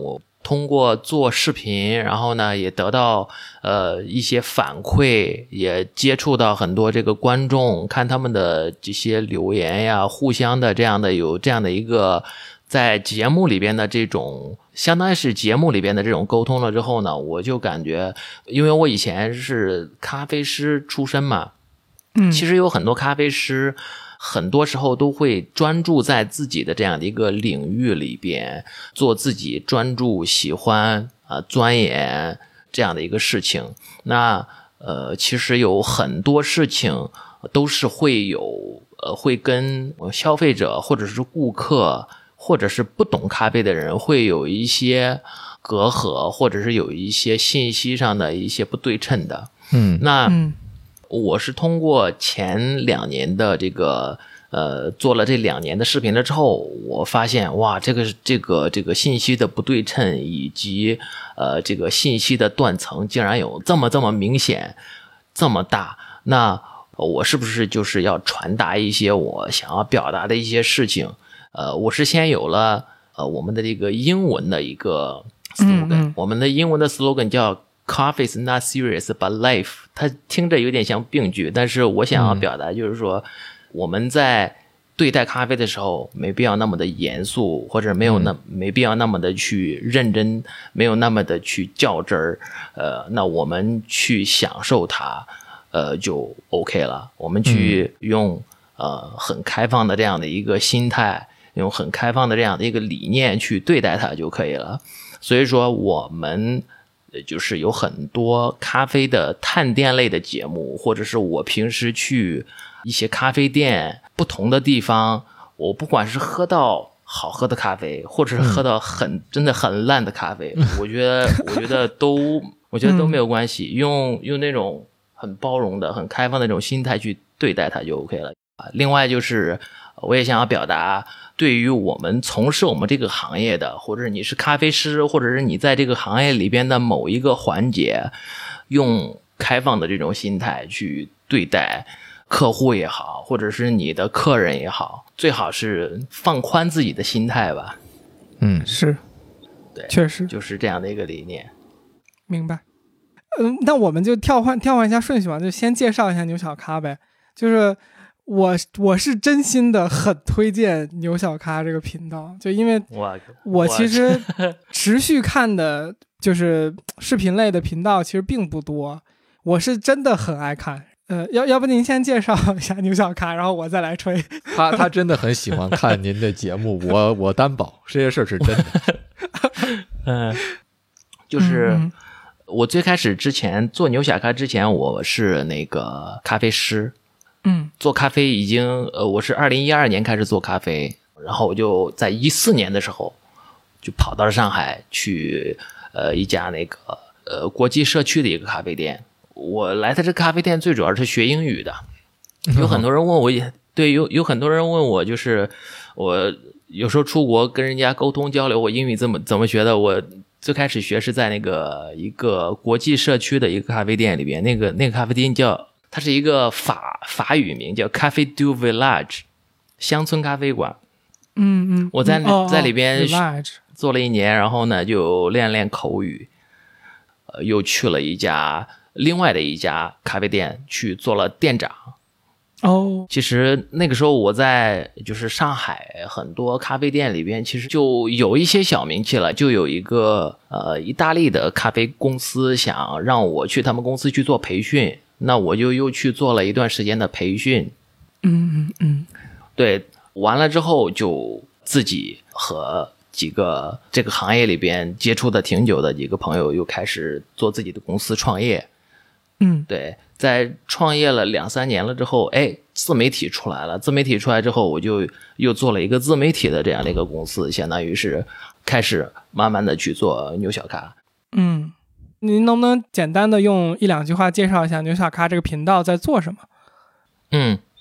通过做视频，然后呢也得到呃一些反馈，也接触到很多这个观众，看他们的这些留言呀，互相的这样的有这样的一个在节目里边的这种相当于是节目里边的这种沟通了之后呢，我就感觉，因为我以前是咖啡师出身嘛， 嗯， 其实有很多咖啡师很多时候都会专注在自己的这样的一个领域里边，做自己专注喜欢啊、呃、钻研这样的一个事情。那呃其实有很多事情都是会有呃会跟消费者或者是顾客或者是不懂咖啡的人会有一些隔阂，或者是有一些信息上的一些不对称的。 嗯， 那嗯我是通过前两年的这个呃做了这两年的视频了之后，我发现哇，这个这个这个信息的不对称以及呃这个信息的断层竟然有这么这么明显，这么大。那我是不是就是要传达一些我想要表达的一些事情？呃，我是先有了呃我们的这个英文的一个 slogan， 嗯嗯我们的英文的 slogan 叫Coffee is not serious but life， 它听着有点像病句，但是我想要表达就是说，嗯、我们在对待咖啡的时候，没必要那么的严肃，或者没有那、嗯、没必要那么的去认真，没有那么的去较真儿。呃，那我们去享受它，呃，就 OK 了。我们去用、嗯、呃很开放的这样的一个心态，用很开放的这样的一个理念去对待它就可以了。所以说，我们。就是有很多咖啡的探店类的节目，或者是我平时去一些咖啡店不同的地方，我不管是喝到好喝的咖啡，或者是喝到很、嗯、真的很烂的咖啡，我觉得我觉得都我觉得都没有关系，用用那种很包容的很开放的那种心态去对待它就 OK 了。另外就是我也想要表达，对于我们从事我们这个行业的，或者是你是咖啡师，或者是你在这个行业里边的某一个环节，用开放的这种心态去对待客户也好，或者是你的客人也好，最好是放宽自己的心态吧。 嗯， 是， 对， 确实就是这样的一个理念。 明白。嗯，那我们就跳换跳换一下顺序嘛，就先介绍一下牛小咖呗。就是我我是真心的很推荐牛小咖这个频道，就因为我其实持续看的就是视频类的频道其实并不多，我是真的很爱看。呃，要要不您先介绍一下牛小咖，然后我再来吹。 他他真的很喜欢看您的节目，我我担保这些事儿是真的。 嗯，就是我最开始之前做牛小咖之前，我是那个咖啡师。 嗯， 做咖啡已经呃，我是二零一二年开始做咖啡，然后我就在一四年的时候就跑到了上海去呃一家那个呃国际社区的一个咖啡店。我来他这咖啡店最主要是学英语的，有很多人问我，对，有有很多人问我，就是我有时候出国跟人家沟通交流，我英语怎么怎么学的？我最开始学是在那个一个国际社区的一个咖啡店里边，那个那个咖啡店叫。它是一个法法语名叫 Café du Village 乡村咖啡馆。 嗯嗯， 我在、 哦、 在里边 Village 做了一年，然后呢就练练口语，呃，又去了一家另外的一家咖啡店去做了店长。 哦， 其实那个时候我在就是上海很多咖啡店里边，其实就有一些小名气了，就有一个呃意大利的咖啡公司想让我去他们公司去做培训。那我就又去做了一段时间的培训， 嗯嗯嗯， 对，完了之后就自己和几个这个行业里边接触的挺久的几个朋友又开始做自己的公司创业， 嗯， 对，在创业了两三年了之后，哎，自媒体出来了，自媒体出来之后，我就又做了一个自媒体的这样的一个公司，相当于是开始慢慢的去做牛小咖， 嗯。您能不能简单的用一两句话介绍一下牛小咖这个频道在做什么？ 嗯，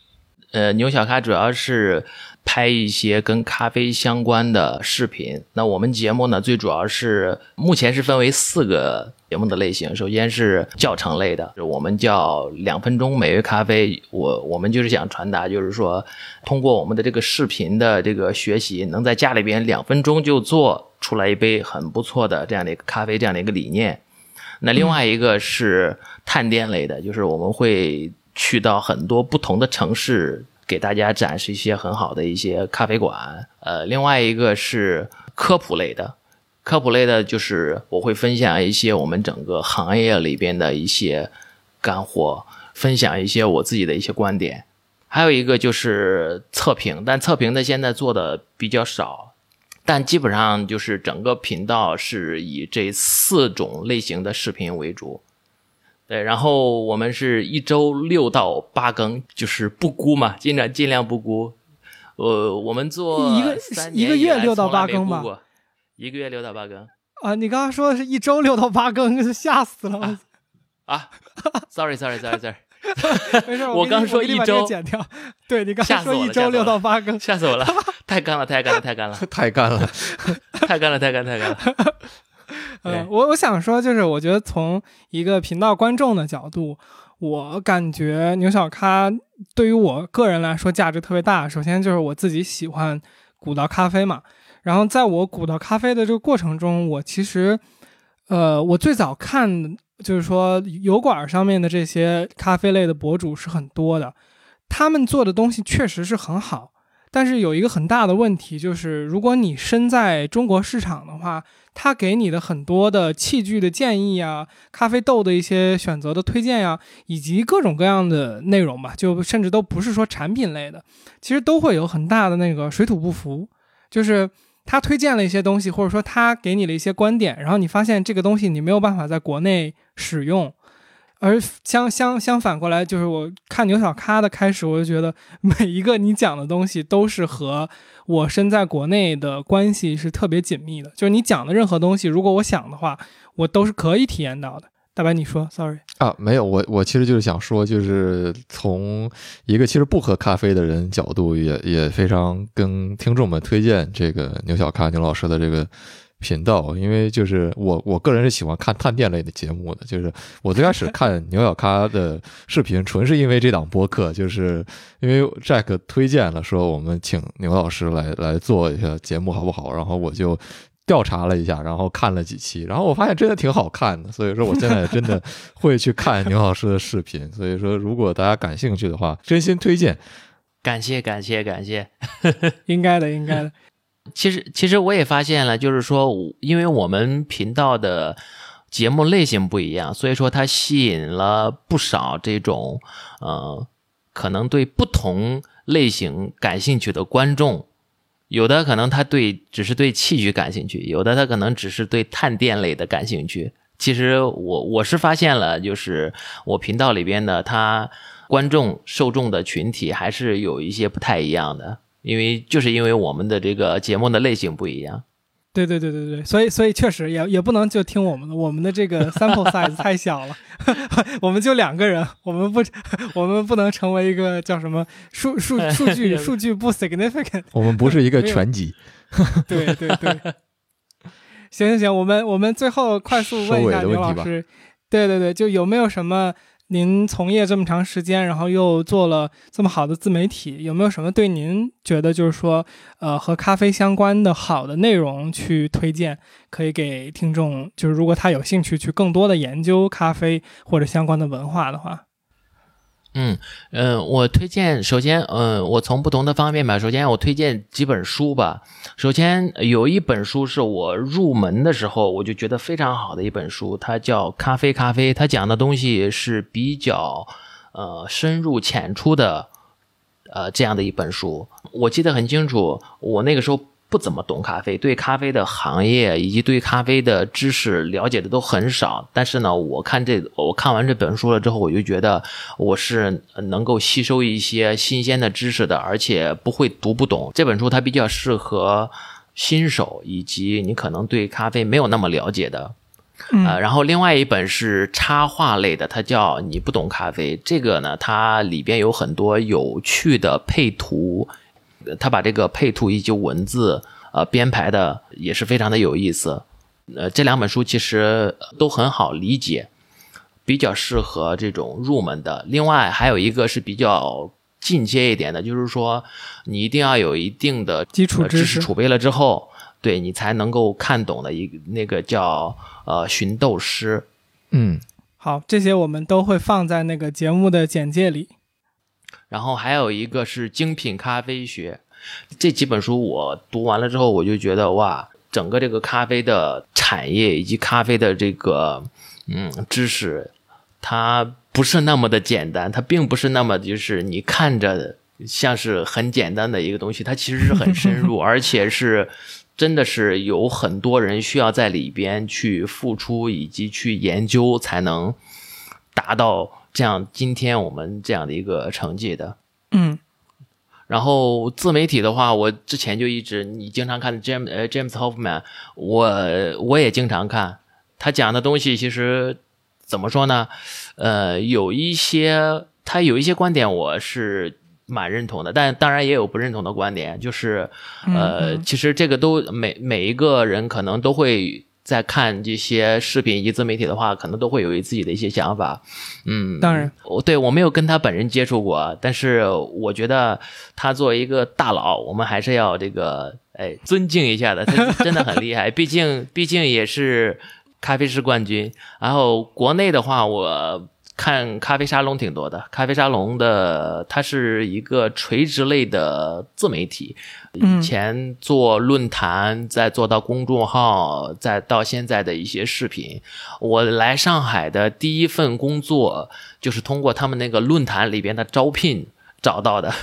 呃，牛小咖主要是拍一些跟咖啡相关的视频。那我们节目呢，最主要是目前是分为四个节目的类型。首先是教程类的，我们叫两分钟每月咖啡。我我们就是想传达，就是说通过我们的这个视频的这个学习，能在家里边两分钟就做出来一杯很不错的这样的一个咖啡，这样的一个理念。那另外一个是探店类的，就是我们会去到很多不同的城市，给大家展示一些很好的一些咖啡馆。呃，另外一个是科普类的，科普类的就是我会分享一些我们整个行业里边的一些干货，分享一些我自己的一些观点。还有一个就是测评，但测评的现在做的比较少，但基本上就是整个频道是以这四种类型的视频为主。对，然后我们是一周六到八更，就是不估嘛，尽量尽量不估。呃，我们做一个一个月六到八更吧， 一个月六到八更啊！你刚刚说的是一周六到八更，吓死了啊！啊 ，sorry sorry sorry sorry， 没事， 我刚说一周， 剪掉。对，你刚说一周六到八更， 吓死我了，太干了太干了太干了太干了太干了太干了太干了。 呃，我我想说，就是我觉得从一个频道观众的角度，我感觉牛小咖对于我个人来说价值特别大。首先就是我自己喜欢古道咖啡嘛，然后在我古道咖啡的这个过程中，我其实，呃，我最早看就是说油管上面的这些咖啡类的博主是很多的，他们做的东西确实是很好。但是有一个很大的问题，就是如果你身在中国市场的话，他给你的很多的器具的建议啊，咖啡豆的一些选择的推荐呀、啊，以及各种各样的内容吧，就甚至都不是说产品类的，其实都会有很大的那个水土不服。就是他推荐了一些东西，或者说他给你了一些观点，然后你发现这个东西你没有办法在国内使用。而相相相反过来，就是我看牛小咖的开始，我就觉得每一个你讲的东西都是和我身在国内的关系是特别紧密的。就是你讲的任何东西，如果我想的话，我都是可以体验到的。大白，你说 ，sorry 啊，没有，我我其实就是想说，就是从一个其实不喝咖啡的人角度也，也也非常跟听众们推荐这个牛小咖牛老师的这个频道，因为就是我我个人是喜欢看探店类的节目的，就是我最开始看牛小咖的视频，纯是因为这档播客，就是因为 Jack 推荐了，说我们请牛老师来来做一下节目好不好，然后我就调查了一下，然后看了几期，然后我发现真的挺好看的，所以说我现在真的会去看牛老师的视频，所以说如果大家感兴趣的话，真心推荐。 感谢感谢感谢， 应该的应该的。 其实其实我也发现了，就是说因为我们频道的节目类型不一样，所以说它吸引了不少这种呃可能对不同类型感兴趣的观众。有的可能他对只是对器具感兴趣，有的他可能只是对探店类的感兴趣。其实我我是发现了，就是我频道里边的他观众受众的群体还是有一些不太一样的，因为就是因为我们的这个节目的类型不一样。 对对对对对，所以所以确实也也不能就听我们的，我们的这个 sample size 太小了，我们就两个人，我们不我们不能成为一个叫什么数数数据数据不 significant， 我们不是一个全集。 对对对，行行行，我们我们最后快速问一下牛老师，对对对，就有没有什么？您从业这么长时间，然后又做了这么好的自媒体，有没有什么对您觉得就是说呃和咖啡相关的好的内容去推荐，可以给听众，就是如果他有兴趣去更多的研究咖啡或者相关的文化的话。 嗯嗯、呃，我推荐，首先嗯、呃，我从不同的方面吧，首先我推荐几本书吧。首先有一本书是我入门的时候我就觉得非常好的一本书，它叫咖啡咖啡，它讲的东西是比较呃深入浅出的呃这样的一本书。我记得很清楚，我那个时候不怎么懂咖啡，对咖啡的行业以及对咖啡的知识了解的都很少。但是呢，我看这我看完这本书了之后，我就觉得我是能够吸收一些新鲜的知识的，而且不会读不懂。这本书它比较适合新手以及你可能对咖啡没有那么了解的。 呃，然后另外一本是插画类的，它叫你不懂咖啡。这个呢，它里边有很多有趣的配图，它把这个配图以及文字呃编排的也是非常的有意思。呃，这两本书其实都很好理解，比较适合这种入门的。另外还有一个是比较进阶一点的，就是说你一定要有一定的基础知识、 呃、知识储备了之后，对你才能够看懂的一个那个叫呃寻豆师。 嗯， 好，这些我们都会放在那个节目的简介里。 然后还有一个是精品咖啡学，这几本书我读完了之后，我就觉得哇，整个这个咖啡的产业以及咖啡的这个嗯知识，它不是那么的简单，它并不是那么就是你看着像是很简单的一个东西，它其实是很深入，而且是真的是有很多人需要在里边去付出以及去研究，才能达到这样今天我们这样的一个成绩的。 嗯。 然后自媒体的话，我之前就一直你经常看 James 呃 James Hoffman， 我我也经常看，他讲的东西其实怎么说呢？呃，有一些他有一些观点我是蛮认同的，但当然也有不认同的观点，就是呃， 嗯、 其实这个都每每一个人可能都会在看这些视频以及自媒体的话，可能都会有自己的一些想法。嗯， 当然， 我对我没有跟他本人接触过，但是我觉得他作为一个大佬，我们还是要这个哎尊敬一下的，他真的很厉害，毕竟毕竟也是咖啡师冠军。然后国内的话，我看咖啡沙龙挺多的，咖啡沙龙的它是一个垂直类的自媒体，以前做论坛，再做到公众号，再到现在的一些视频。我来上海的第一份工作就是通过他们那个论坛里边的招聘找到的。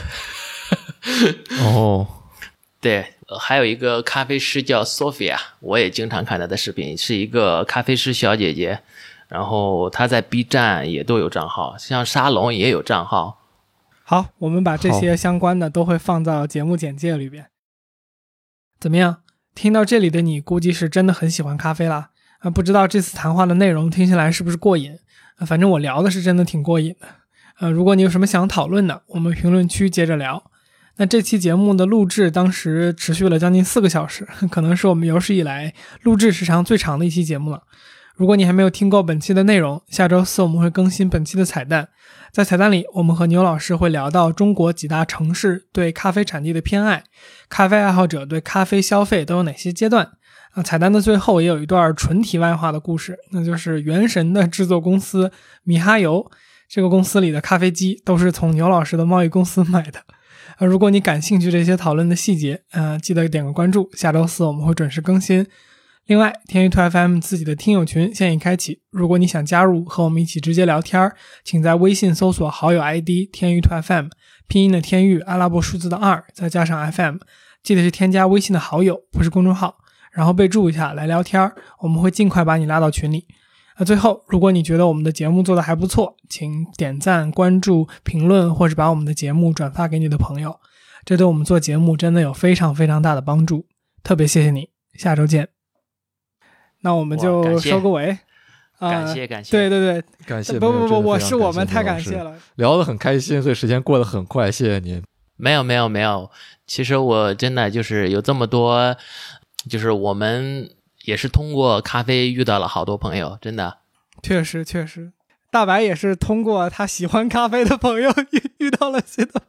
哦， 对，还有一个咖啡师叫 Sophia， 我也经常看她的视频，是一个咖啡师小姐姐。然后他在 B 站也都有账号，像沙龙也有账号。 好，我们把这些相关的都会放到节目简介里边。怎么样？听到这里的你估计是真的很喜欢咖啡啦。啊，不知道这次谈话的内容听起来是不是过瘾？啊，反正我聊的是真的挺过瘾的。呃，如果你有什么想讨论的，我们评论区接着聊。那这期节目的录制当时持续了将近四个小时，可能是我们有史以来录制时长最长的一期节目了。如果你还没有听过本期的内容，下周四我们会更新本期的彩蛋。在彩蛋里，我们和牛老师会聊到中国几大城市对咖啡产地的偏爱，咖啡爱好者对咖啡消费都有哪些阶段。啊，彩蛋的最后也有一段纯题外话的故事，那就是原神的制作公司米哈游，这个公司里的咖啡机都是从牛老师的贸易公司买的。啊，如果你感兴趣这些讨论的细节，呃，记得点个关注，下周四我们会准时更新。另外，天娱兔 F M 自己的听友群现已开启，如果你想加入和我们一起直接聊天，请在微信搜索好友 I D 天娱兔 F M， 拼音的天娱，阿拉伯数字的二，再加上 F M， 记得是添加微信的好友，不是公众号，然后备注一下来聊天，我们会尽快把你拉到群里。那最后，如果你觉得我们的节目做得还不错，请点赞、关注、评论，或是把我们的节目转发给你的朋友，这对我们做节目真的有非常非常大的帮助，特别谢谢你，下周见。那我们就收个尾， 感谢、呃、感谢， 对对对， 感谢， 不不不，我是我们太感谢了， 聊得很开心，所以时间过得很快，谢谢您。 没有没有没有，其实我真的就是有这么多，就是我们也是通过咖啡遇到了好多朋友，真的。 确实确实，大白也是通过他喜欢咖啡的朋友遇遇到了新的。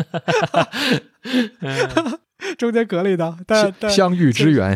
中间隔了一道，但但相遇之缘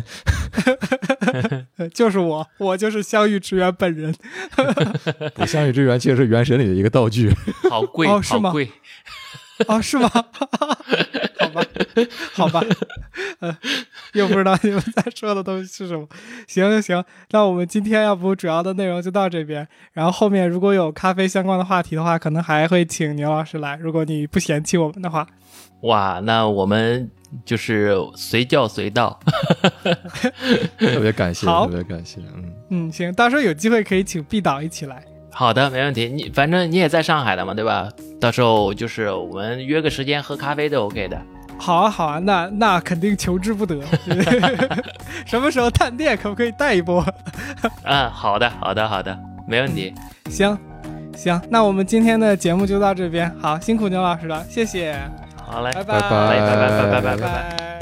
就是我，我就是相遇之缘本人。 不，相遇之缘其实是原神里的一个道具， 好贵， 哦，是吗？ 好贵， 哦，是吗？好吧，好吧，呃，又不知道你们在说的东西是什么。行行行，那我们今天要不主要的内容就到这边，然后后面如果有咖啡相关的话题的话，可能还会请牛老师来，如果你不嫌弃我们的话。 哇，那我们就是随叫随到。 特别感谢，特别感谢。 嗯嗯，行，到时候有机会可以请毕导一起来。 好的，没问题。你反正你也在上海的嘛，对吧？到时候就是我们约个时间喝咖啡都 OK 的。 好啊好啊，那那肯定求之不得。什么时候探店可不可以带一波？ 嗯，好的，好的，好的，没问题。 行，行，那我们今天的节目就到这边。好，辛苦牛老师了，谢谢。 好嘞， 拜拜拜拜拜拜拜拜拜拜。